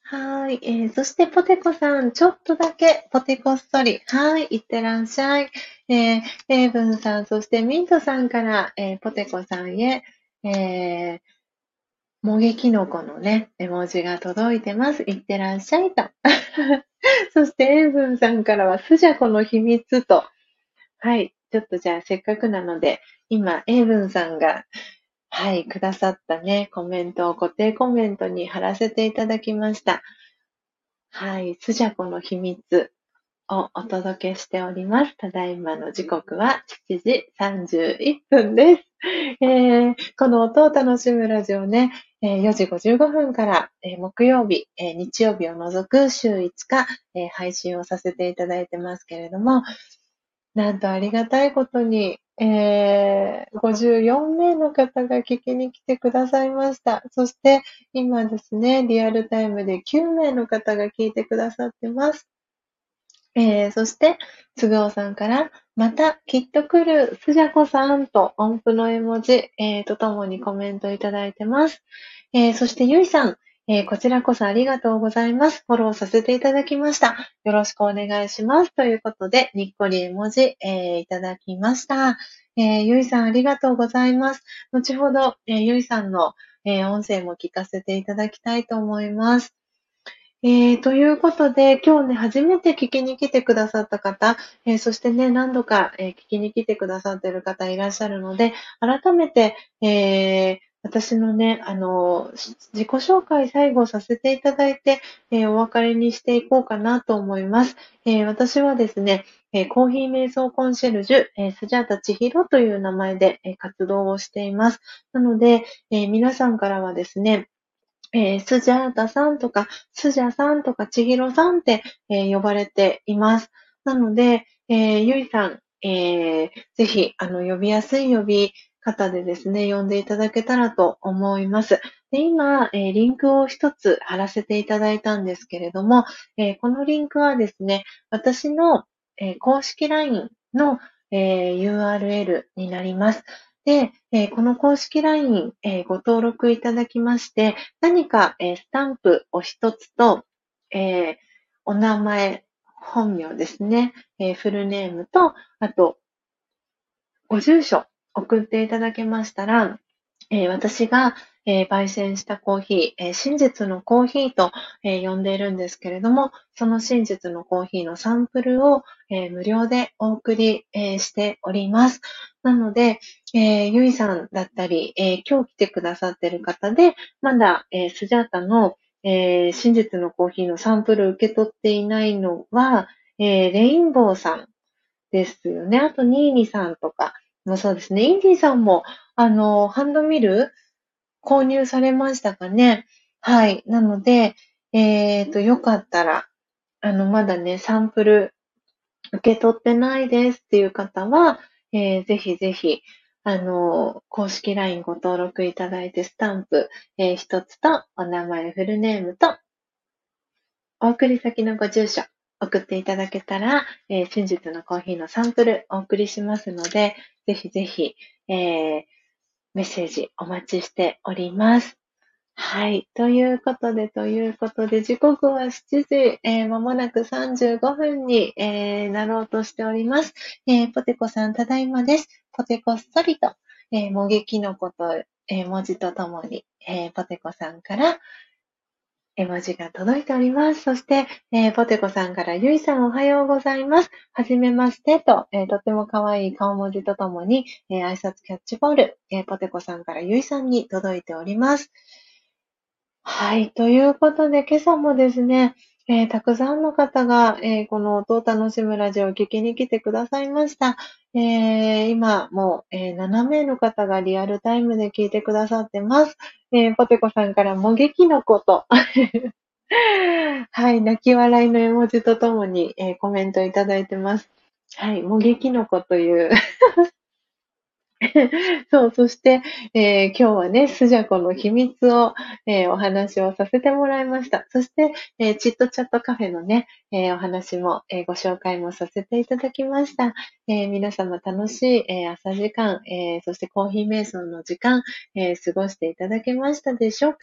はい。えー、そしてポテコさん、ちょっとだけポテコっそり。はい。いってらっしゃい。えー、レイブンさん、そしてミントさんから、えー、ポテコさんへ、えー、もげきのこのね、絵文字が届いてます。いってらっしゃいと。そして、エイブンさんからは、スジャコの秘密と。はい。ちょっとじゃあ、せっかくなので、今、エイブンさんが、はい、くださったね、コメントを固定コメントに貼らせていただきました。はい、スジャコの秘密をお届けしております。ただいまの時刻はしちじさんじゅういっぷんです。えー、この音を楽しむラジオね、えーよじごじゅうごふんから、えー木曜日、えー日曜日を除く週いつか、えー配信をさせていただいてますけれども、なんとありがたいことに、えー、ごじゅうよんめいの方が聞きに来てくださいました。そして、今ですね、リアルタイムできゅうめいの方が聞いてくださってます。えー、そして、つぐおさんから、また、きっと来る、すじゃこさんと音符の絵文字、えー、とともにコメントいただいてます。えー、そして、ゆいさん、えー、こちらこそありがとうございます。フォローさせていただきました。よろしくお願いします。ということで、にっこり絵文字、えー、いただきました。えー、ゆいさん、ありがとうございます。後ほど、えー、ゆいさんの、えー、音声も聞かせていただきたいと思います。えー、ということで、今日ね、初めて聞きに来てくださった方、えーそしてね、何度か、えー聞きに来てくださっている方いらっしゃるので、改めて、えー私のね、あの、し自己紹介最後させていただいて、えーお別れにしていこうかなと思います。えー私はですね、えーコーヒー瞑想コンシェルジュ、えースジャータ千尋という名前で、えー活動をしています。なので、えー皆さんからはですね、えースジャータさんとか、スジャさんとか、千尋さんって、えー呼ばれています。なので、えーゆいさん、えーぜひ、あの、呼びやすい呼び方でですね、呼んでいただけたらと思います。で、今、えーリンクを一つ貼らせていただいたんですけれども、えーこのリンクはですね、私の、えー公式 ライン の、えー ユーアールエル になります。で、えーこの公式 ライン、えーご登録いただきまして、何か、えースタンプを一つと、えーお名前、本名ですね、えーフルネームと、あと、ご住所送っていただけましたら、えー私が、えー焙煎したコーヒー、えー真実のコーヒーと、えー呼んでいるんですけれども、その真実のコーヒーのサンプルを、えー無料でお送り、えーしております。なので、えーゆいさんだったり、えー今日来てくださっている方で、まだ、えースジャータの、えー真実のコーヒーのサンプル受け取っていないのは、えーレインボーさんですよね。あと、ニーニさんとかもそうですね。インディさんも、あの、ハンドミル購入されましたかね。はい。なので、えっと、よかったら、あの、まだね、サンプル受け取ってないですっていう方は、えーぜひぜひ、あの、公式 ライン ご登録いただいて、スタンプ、えー一つと、お名前、フルネームと、お送り先のご住所、送っていただけたら、えー真実のコーヒーのサンプルお送りしますので、ぜひぜひ、えーメッセージお待ちしております。はい。ということで、ということで、時刻はしちじ、えー、まもなくさんじゅうごふんに、えー、なろうとしております。えー、ポテコさん、ただいまです。ポテコっそりと、えー、もげきのこと、えー、文字とともに、えー、ポテコさんから、絵文字が届いております。そして、えー、ポテコさんから、ゆいさんおはようございます。はじめましてと、えーとても可愛い顔文字とともに、えー挨拶キャッチボール、えーポテコさんからゆいさんに届いております。はい。ということで、今朝もですね、えーたくさんの方が、えーこの音を楽しむラジオを聞きに来てくださいました。えー今、もう、えーななめいの方がリアルタイムで聞いてくださってます。えーポテコさんからもげきのこと。はい、泣き笑いの絵文字とともに、えーコメントいただいてます。はい、もげきのこというそう、そして、えー今日はね、スジャコの秘密を、えーお話をさせてもらいました。そして、えーチットチャットカフェのね、えーお話も、えーご紹介もさせていただきました。えー皆様楽しい、えー朝時間、えーそしてコーヒー瞑想の時間、えー過ごしていただけましたでしょうか。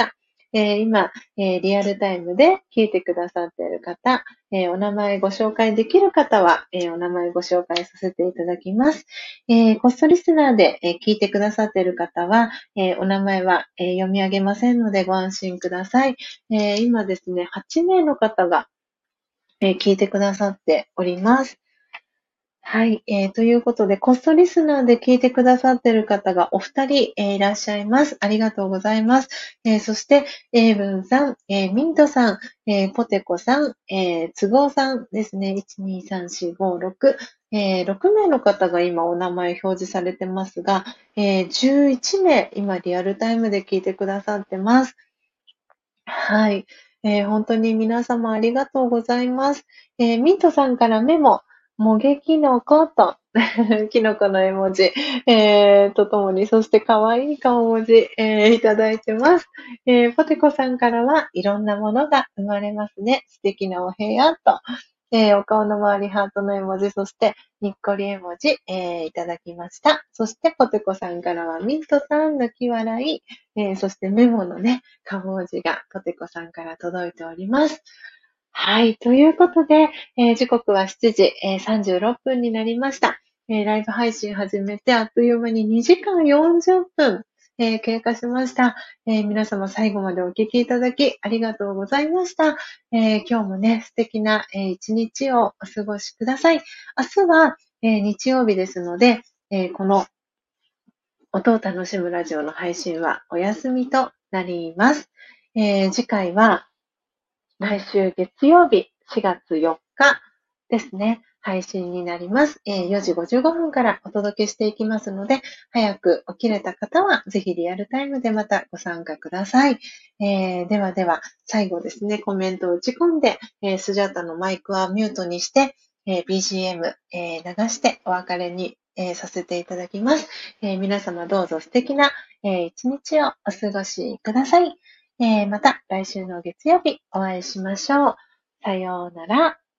えー今、えーリアルタイムで聞いてくださっている方、えーお名前ご紹介できる方は、えーお名前ご紹介させていただきます。えーコストリスナーで、えー聞いてくださっている方は、えーお名前は、えー読み上げませんのでご安心ください。えー今ですね、はちめいの方が、えー聞いてくださっております。はい、えーということで、コストリスナーで聞いてくださっている方がお二人、えーいらっしゃいます。ありがとうございます。えーそして、エイブンさん、えーミントさん、えーポテコさん、えー、都合さんですね。いち、に、さん、し、ご、ろく、えーろくめいの方が今お名前表示されてますが、えーじゅういちめい今リアルタイムで聞いてくださってます。はい。えー本当に皆様ありがとうございます。えーミントさんからメモ、もげきのこと、キノコの絵文字、えーとともに、そして可愛い顔文字、えーいただいてます。えーポテコさんからはいろんなものが生まれますね。素敵なお部屋と、えーお顔の周りハートの絵文字、そしてにっこり絵文字、えーいただきました。そしてポテコさんからはミントさん泣き笑い、えーそしてメモのね、顔文字がポテコさんから届いております。はい。ということで、えー時刻はしちじ、えーさんじゅうろっぷんになりました。えーライブ配信始めてあっという間ににじかんよんじゅっぷん、えー経過しました、えー皆様最後までお聞きいただきありがとうございました。えー今日もね、素敵な、えー一日をお過ごしください。明日は、えー日曜日ですので、えーこの音を楽しむラジオの配信はお休みとなります。えー次回は来週月曜日しがつよっかですね、配信になります。えーよじごじゅうごふんからお届けしていきますので、早く起きれた方はぜひリアルタイムでまたご参加ください。えーではでは、最後ですね、コメントを打ち込んで、えースジャータのマイクはミュートにして、えー ビージーエム、えー流してお別れに、えーさせていただきます。えー皆様どうぞ素敵な、えー一日をお過ごしください。えーまた来週の月曜日お会いしましょう。さようなら。